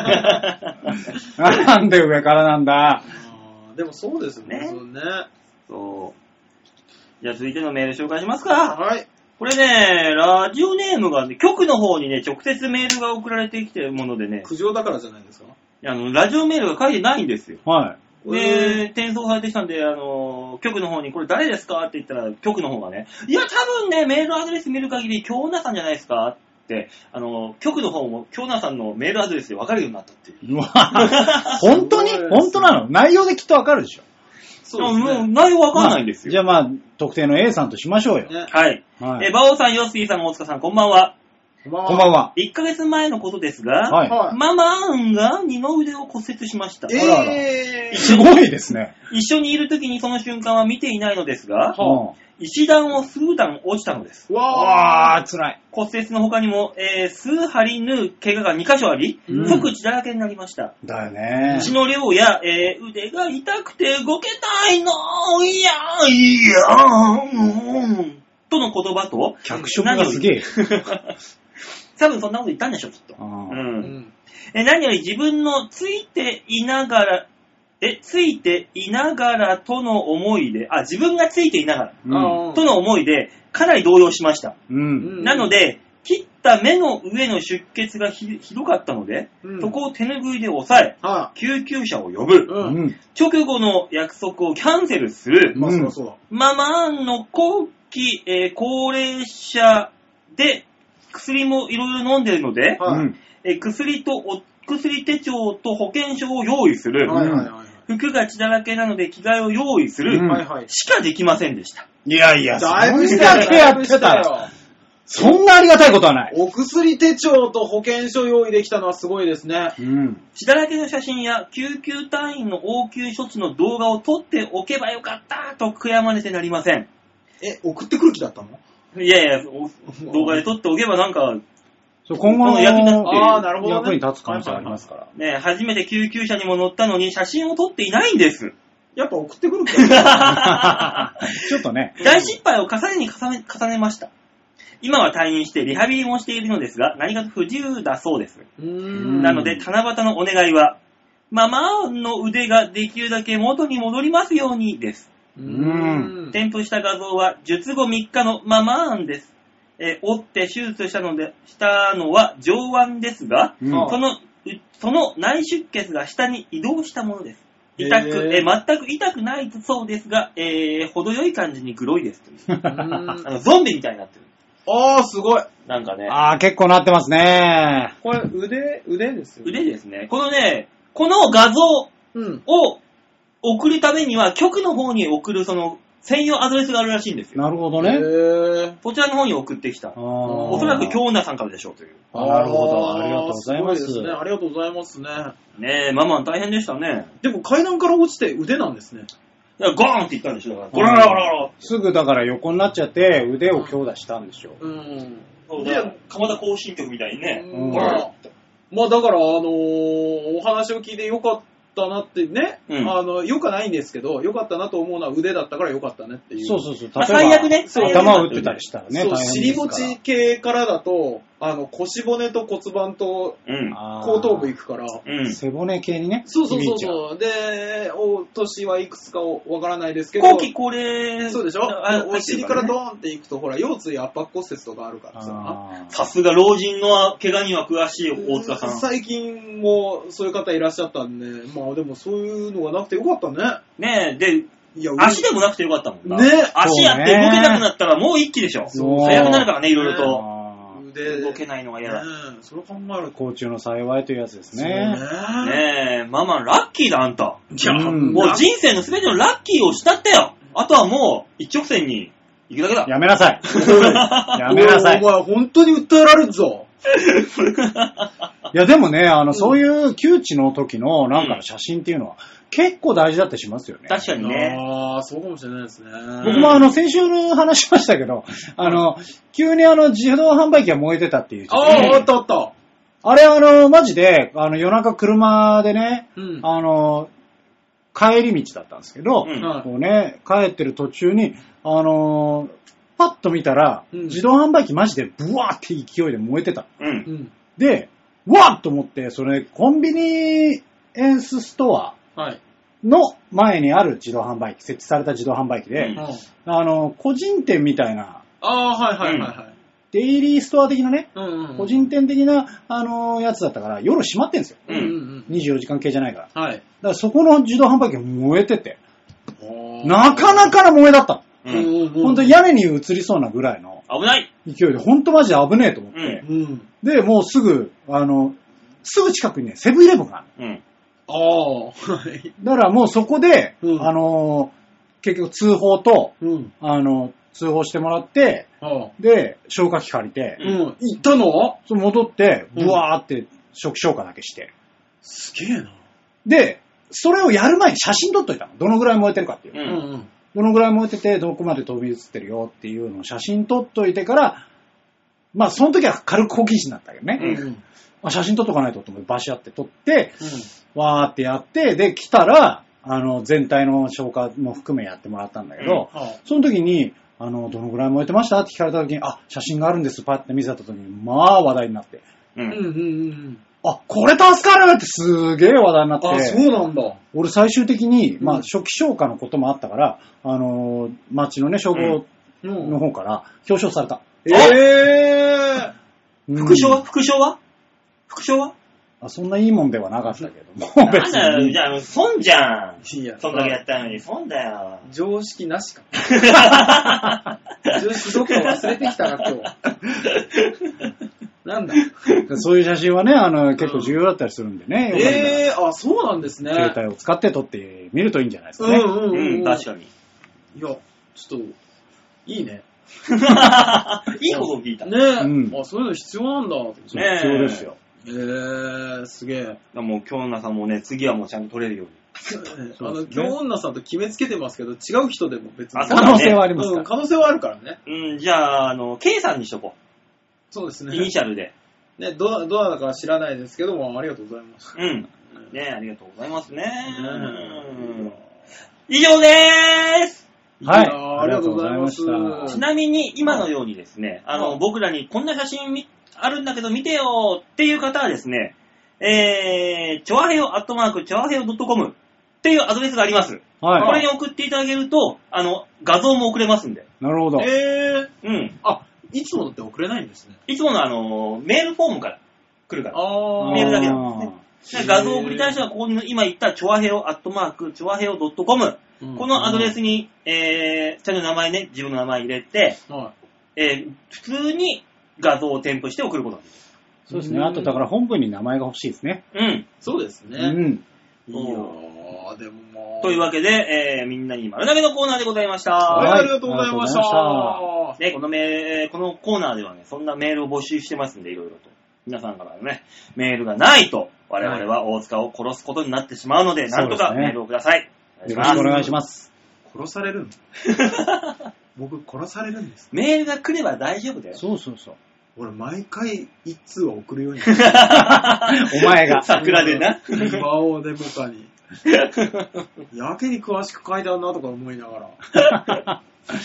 なんで上からなんだ。 でもそうですよね。 そう。じゃあ続いてのメール紹介しますか。 はい。 これね、ラジオネームが、局の方にね、直接メールが送られてきてるものでね。 苦情だからじゃないですか？ ラジオメールが書いてないんですよ。 はい。 で、転送されてきたんで、局の方にこれ誰ですかって言ったら、局の方がね、いや、多分ね、メールアドレス見る限り、京奈さんじゃないですかって、局の方も京奈さんのメールアドレスで分かるようになったっていう。 本当に本当なの？内容できっと分かるでしょ。 そうですね。もう内容分かんないんですよ。 じゃあまあ、特定の A さんとしましょうよ。 はい。バオさん、ヨッシーさん、大塚さん、こんばんは。 こんばんは。 1ヶ月前のことですが、ママンが二の腕を骨折しました。 すごいですね。 一緒にいる時にその瞬間は見ていないのですが、一段を数段落ちたのです。 わー、辛い。 骨折の他にも、数針縫う怪我が2箇所あり、即血だらけになりました。 だよね。 血の量や、腕が痛くて動けないの、いやとの言葉と、 脚色がすげえ。 多分そんなこと言ったんでしょ、きっと。何より自分のついていながらとの思いで、自分がついていながら、との思いで、かなり動揺しました。なので、切った目の上の出血が ひどかったので、そこを手拭いで押さえ、救急車を呼ぶ、直後の約束をキャンセルする、ママの後期、高齢者で薬もいろいろ飲んでるので、薬手帳と保険証を用意する、服が血だらけなので着替えを用意する、しかできませんでした。 いやいや、 だいぶだけやってたよ。そんなありがたいことはない。 お薬手帳と保険証用意できたのはすごいですね。 血だらけの写真や救急隊員の応急処置の動画を撮っておけばよかったと悔やまれてなりません。 送ってくる気だったの？ いやいや、動画で撮っておけばなんか、 今後の役に立って役に立つ可能性ありますから。 ね、初めて救急車にも乗ったのに写真を撮っていないんです。 やっぱ送ってくる気だった。 ちょっとね。 大失敗を重ねました。今は退院してリハビリもしているのですが、何かと不自由だそうです。なので、七夕のお願いは、ママの腕ができるだけ元に戻りますようにです。添付した画像は術後3日のママ案です。折って手術したのは上腕ですが、その内出血が下に移動したものです。全く痛くないそうですが、程よい感じにグロいです。ゾンビみたいになってる。 すごい。 なんかね。 結構なってますね。 これ腕ですよね。 腕ですね。この画像を送るためには、局の方に送るその専用アドレスがあるらしいんですよ。 なるほどね。 そちらの方に送ってきた。おそらく京奈さんからでしょうという。 なるほど。ありがとうございます。 すね。ありがとうございますね。 ねえ、ママ大変でしたね。 でも階段から落ちて腕なんですね。 いや、ゴーンって言ったんでしょ。だからゴラゴラゴラすぐだから横になっちゃって腕を強打したんでしょ。 で、鎌田行進曲みたいにね。 まあだからお話を聞いてよかったなってね、よくはないんですけど、よかったなと思うのは腕だったからよかったねっていう。 そう。 最悪ね。 頭を打ってたりしたらね。 尻餅系からだと、 腰骨と骨盤と後頭部行くから、 背骨系にね。 そう。で、年はいくつかわからないですけど。 後期高齢。 そうでしょ？お尻からドーンって行くと、ほら、腰椎圧迫骨折とかあるからさ。 さすが老人の怪我には詳しい大塚さん。 最近もそういう方いらっしゃったんで、まあでもそういうのがなくてよかったね。 ねえ、で、足でもなくてよかったもんな。 ね、 足やって動けなくなったらもう一気でしょ。早くなるからね、いろいろと。動けないのが嫌だ。 それ考えると。 甲虫の幸いというやつですね。 ねえ、ママラッキーだ、あんた。もう人生の全てのラッキーをしたったよ。あとはもう一直線に行くだけだ。 やめなさい。やめなさい。 お前本当に訴えられるぞ。 いやでもね、そういう窮地の時のなんかの写真っていうのは結構大事だったりしますよね。 確かにね。 そうかもしれないですね。 僕も先週話しましたけど、急に自動販売機が燃えてたっていう。 あったあった。 あれマジで、夜中車でね、帰り道だったんですけど、こうね、帰ってる途中に、パッと見たら、自動販売機マジでブワーって勢いで燃えてた。で、わーっと思って、それ、コンビニエンスストアの前にある自動販売機、設置された自動販売機で、個人店みたいな、デイリーストア的なね、個人店的な、やつだったから、夜閉まってんですよ。24時間系じゃないから。だからそこの自動販売機が燃えてて、なかなかの燃えだった。本当に屋根に移りそうなぐらいの危ない勢いで、本当マジで危ねえと思って。で、もうすぐ、すぐ近くにね、セブンイレブンがある。だからもうそこで、結局通報と、通報してもらって、で、消火器借りて、 行ったの？ 戻って、ブワーって初期消火だけして。 すげえな。 で、それをやる前に写真撮っといたの。どのぐらい燃えてるかっていう。どのぐらい燃えてて、どこまで飛び移ってるよっていうのを写真撮っといてから、まあその時は軽く好奇心だったけどね。写真撮っとかないとと思ってバシャって撮って、わーってやって、で、来たら、全体の消火も含めやってもらったんだけど、その時に、どのぐらい燃えてましたって聞かれた時に、写真があるんです、パッて見せた時に、まあ話題になって。これ助かるってすげえ話題になって。 そうなんだ。 俺最終的に、まあ初期消火のこともあったから、町のね、消防の方から表彰された。 副賞はそんないいもんではなかったけども。 別に。じゃあ、損じゃん。そんだけやったのに、損だよ。 常識なしか。常識どっか忘れてきたな、今日。なんだ。 そういう写真はね、結構重要だったりするんでね。 そうなんですね。 携帯を使って撮ってみるといいんじゃないですかね。 確かに。 いや、ちょっと、いいね。 いいことを聞いた。 ねそういうの必要なんだ。 必要ですよ。 すげえ。 もう、京女さんもね、次はもうちゃんと撮れるように。 京女さんと決めつけてますけど、違う人でも別に。 可能性はありますから。 可能性はあるからね。 じゃあ、K さんにしとこう。 そうですね。 イニシャルで。 ね、どなたかは知らないですけども、ありがとうございます。 ね、ありがとうございますね。以上でーす。 はい。 ありがとうございました。 ちなみに、今のようにですね、僕らにこんな写真あるんだけど見てよっていう方はですね、ちょわへよ@choaheyo.com っていうアドレスがあります。これに送っていただけると、画像も送れますんで。 なるほど。 いつもだって送れないんですね。 いつものメールフォームから来るから。メールだけなんですね。画像を送りたい人は、ここに今言ったちょわへよ@choaheyo.com このアドレスに、ちゃんと名前ね、自分の名前入れて、普通に画像を添付して送ることができる。 そうですね。あとだから本文に名前が欲しいですね。 そうですね。いやー、でもまあ。 というわけで、みんなに丸投げのコーナーでございました。 ありがとうございました。 ね、このコーナーではね、そんなメールを募集してますんで、いろいろと。皆さんからのね、メールがないと、我々は大塚を殺すことになってしまうので、なんとかメールをください。 よろしくお願いします。 殺されるん僕殺されるんです。 メールが来れば大丈夫だよ。 そうそうそう。 俺毎回一通は送るようにお前が。 桜でな。 魔王デモカに。やけに詳しく書いてあるなとか思いながら。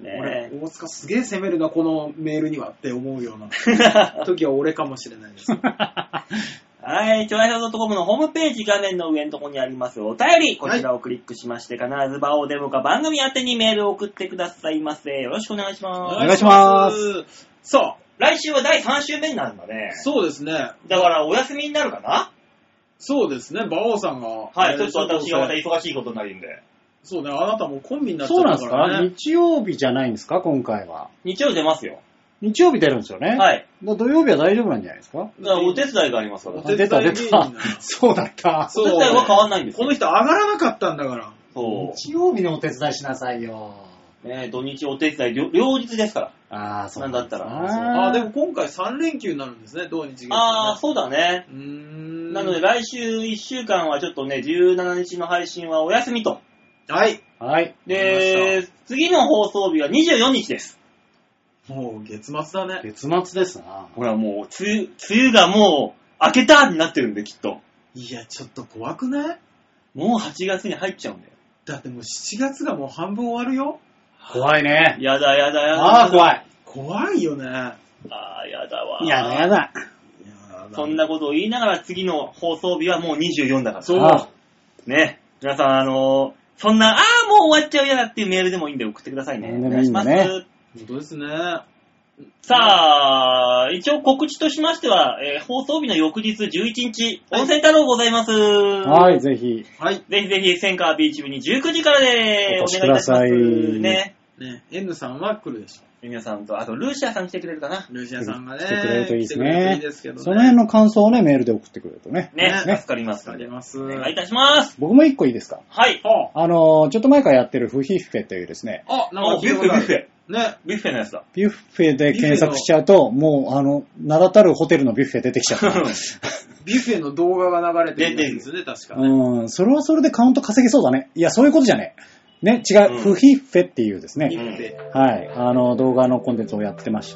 俺、大塚すげえ攻めるな、このメールにはって思うような時は俺かもしれないです。 はい、ちょわひょう.comのホームページ画面の上のところにありますお便り、こちらをクリックしまして、必ず場をデモか番組宛てにメールを送ってくださいませ。よろしくお願いします。 お願いします。 さあ、来週は第3週目になるんだね。 そうですね。 だからお休みになるかな？ そうですね、馬王さんが。 はい、ちょっと私がまた忙しいことになるんで。 そうね、あなたもコンビになっちゃったからね。 そうなんですか？日曜日じゃないんですか、今回は。 日曜日出ますよ。 日曜日出るんですよね。 はい。 土曜日は大丈夫なんじゃないですか？ お手伝いがありますから。 お手伝い出た。そうだった。 お手伝いは変わんないんですよ。 この人上がらなかったんだから。 そう。 日曜日にお手伝いしなさいよ。 ね、土日お手伝い両日ですから。 ああ、そうなんだったら。 でも今回3連休になるんですね、土日月、ね。 ああ、そうだね。なので来週1週間はちょっとね、17日の配信はお休みと。 はい。 はい。 で、次の放送日は24日です。 もう月末だね。 月末ですな。 ほらもう、梅雨がもう明けたになってるんで、きっと。 いや、ちょっと怖くない？ もう8月に入っちゃうんだよ。 だってもう7月がもう半分終わるよ。 怖いね。 やだ。 ああ、怖い。 怖いよね。 ああ、やだわ。 やだ。 そんなことを言いながら次の放送日はもう24だから。 そう。 ね。皆さん、そんな、もう終わっちゃうやだっていうメールでもいいんで送ってくださいね。お願いします。 本当ですね。 さあ、一応告知としましては、放送日の翌日11日、温泉太郎ございます。 はい、ぜひ。 はい。 ぜひ、センカービーチ部に19時からでお願いいたします。 お越しください。 ね。 N さんは来るでしょ。 皆さんと、あと、ルーシアさん来てくれるかな。 ルーシアさんがね。 来てくれるといいですね。 けどね。 その辺の感想をね、メールで送ってくれるとね。 ね、助かります。 助かります。 お願いいたします。 僕も一個いいですか？ はい。 ちょっと前からやってるフヒッフェというですね。 なんかビュッフェ。 ね。 ビュッフェのやつだ。 ビュッフェで検索しちゃうと、もう、名だたるホテルのビュッフェ出てきちゃった。 ビュッフェの動画が流れてるんですね、確かに。 それはそれでカウント稼げそうだね。いや、そういうことじゃねえ。ね、違う、フヒッフェっていうですね。はい。動画のコンテンツをやってまして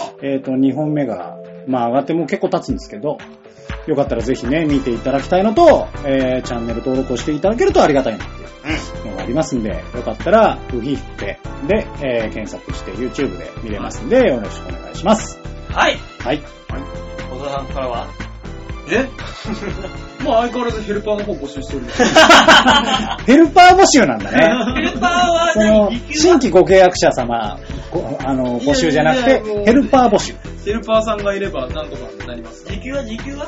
。2本目が、上がってもう結構経つんですけど、よかったらぜひね、見ていただきたいのと、チャンネル登録をしていただけるとありがたいなっていうのがありますんで、よかったら、フヒッフェで、検索して YouTube で見れますんで、よろしくお願いします。 はい。 はい。 小田さんからはまあ相変わらずヘルパーの方募集しております。 ヘルパー募集なんだね。 ヘルパーは新規ご契約者様、募集じゃなくて、ヘルパー募集。 ヘルパーさんがいればなんとかなりますか？ 時給は時給給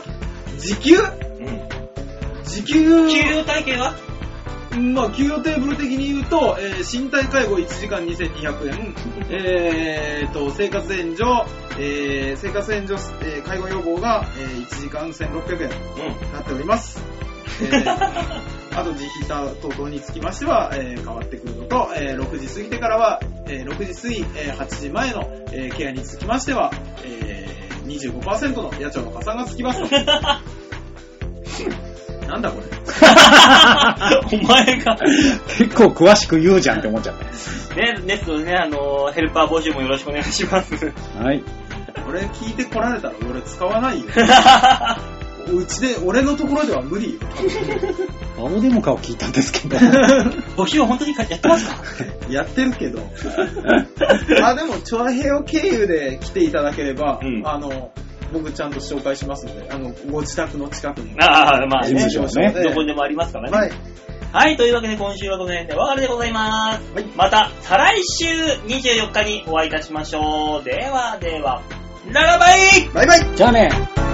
料体系は給与テーブル的に言うと、身体介護1時間2200円、生活援助、介護予防が、1時間1600円になっております。あと自費等々につきましては、変わってくるのと、6時過ぎてからは、6時過ぎ、8時前の、ケアにつきましては、25% の家賃の加算がつきますと。なんだこれ。 お前が結構詳しく言うじゃんって思っちゃった。 ね、ですのでね、ヘルパー募集もよろしくお願いします。 はい。 これ聞いてこられたら俺使わないよ。うちで、俺のところでは無理よ。 青デモカを聞いたんですけど。 募集は本当にやってますか？ やってるけど。でも、チョアヘヨ経由で来ていただければ、僕ちゃんと紹介しますので、ご自宅の近くに。 まあね、 どこにでもありますからね。 はい。 はい、というわけで今週はこの辺でお別れでございます。はい、また、再来週24日にお会いいたしましょう。ではでは、ララバイ！ バイバイ！ じゃあね。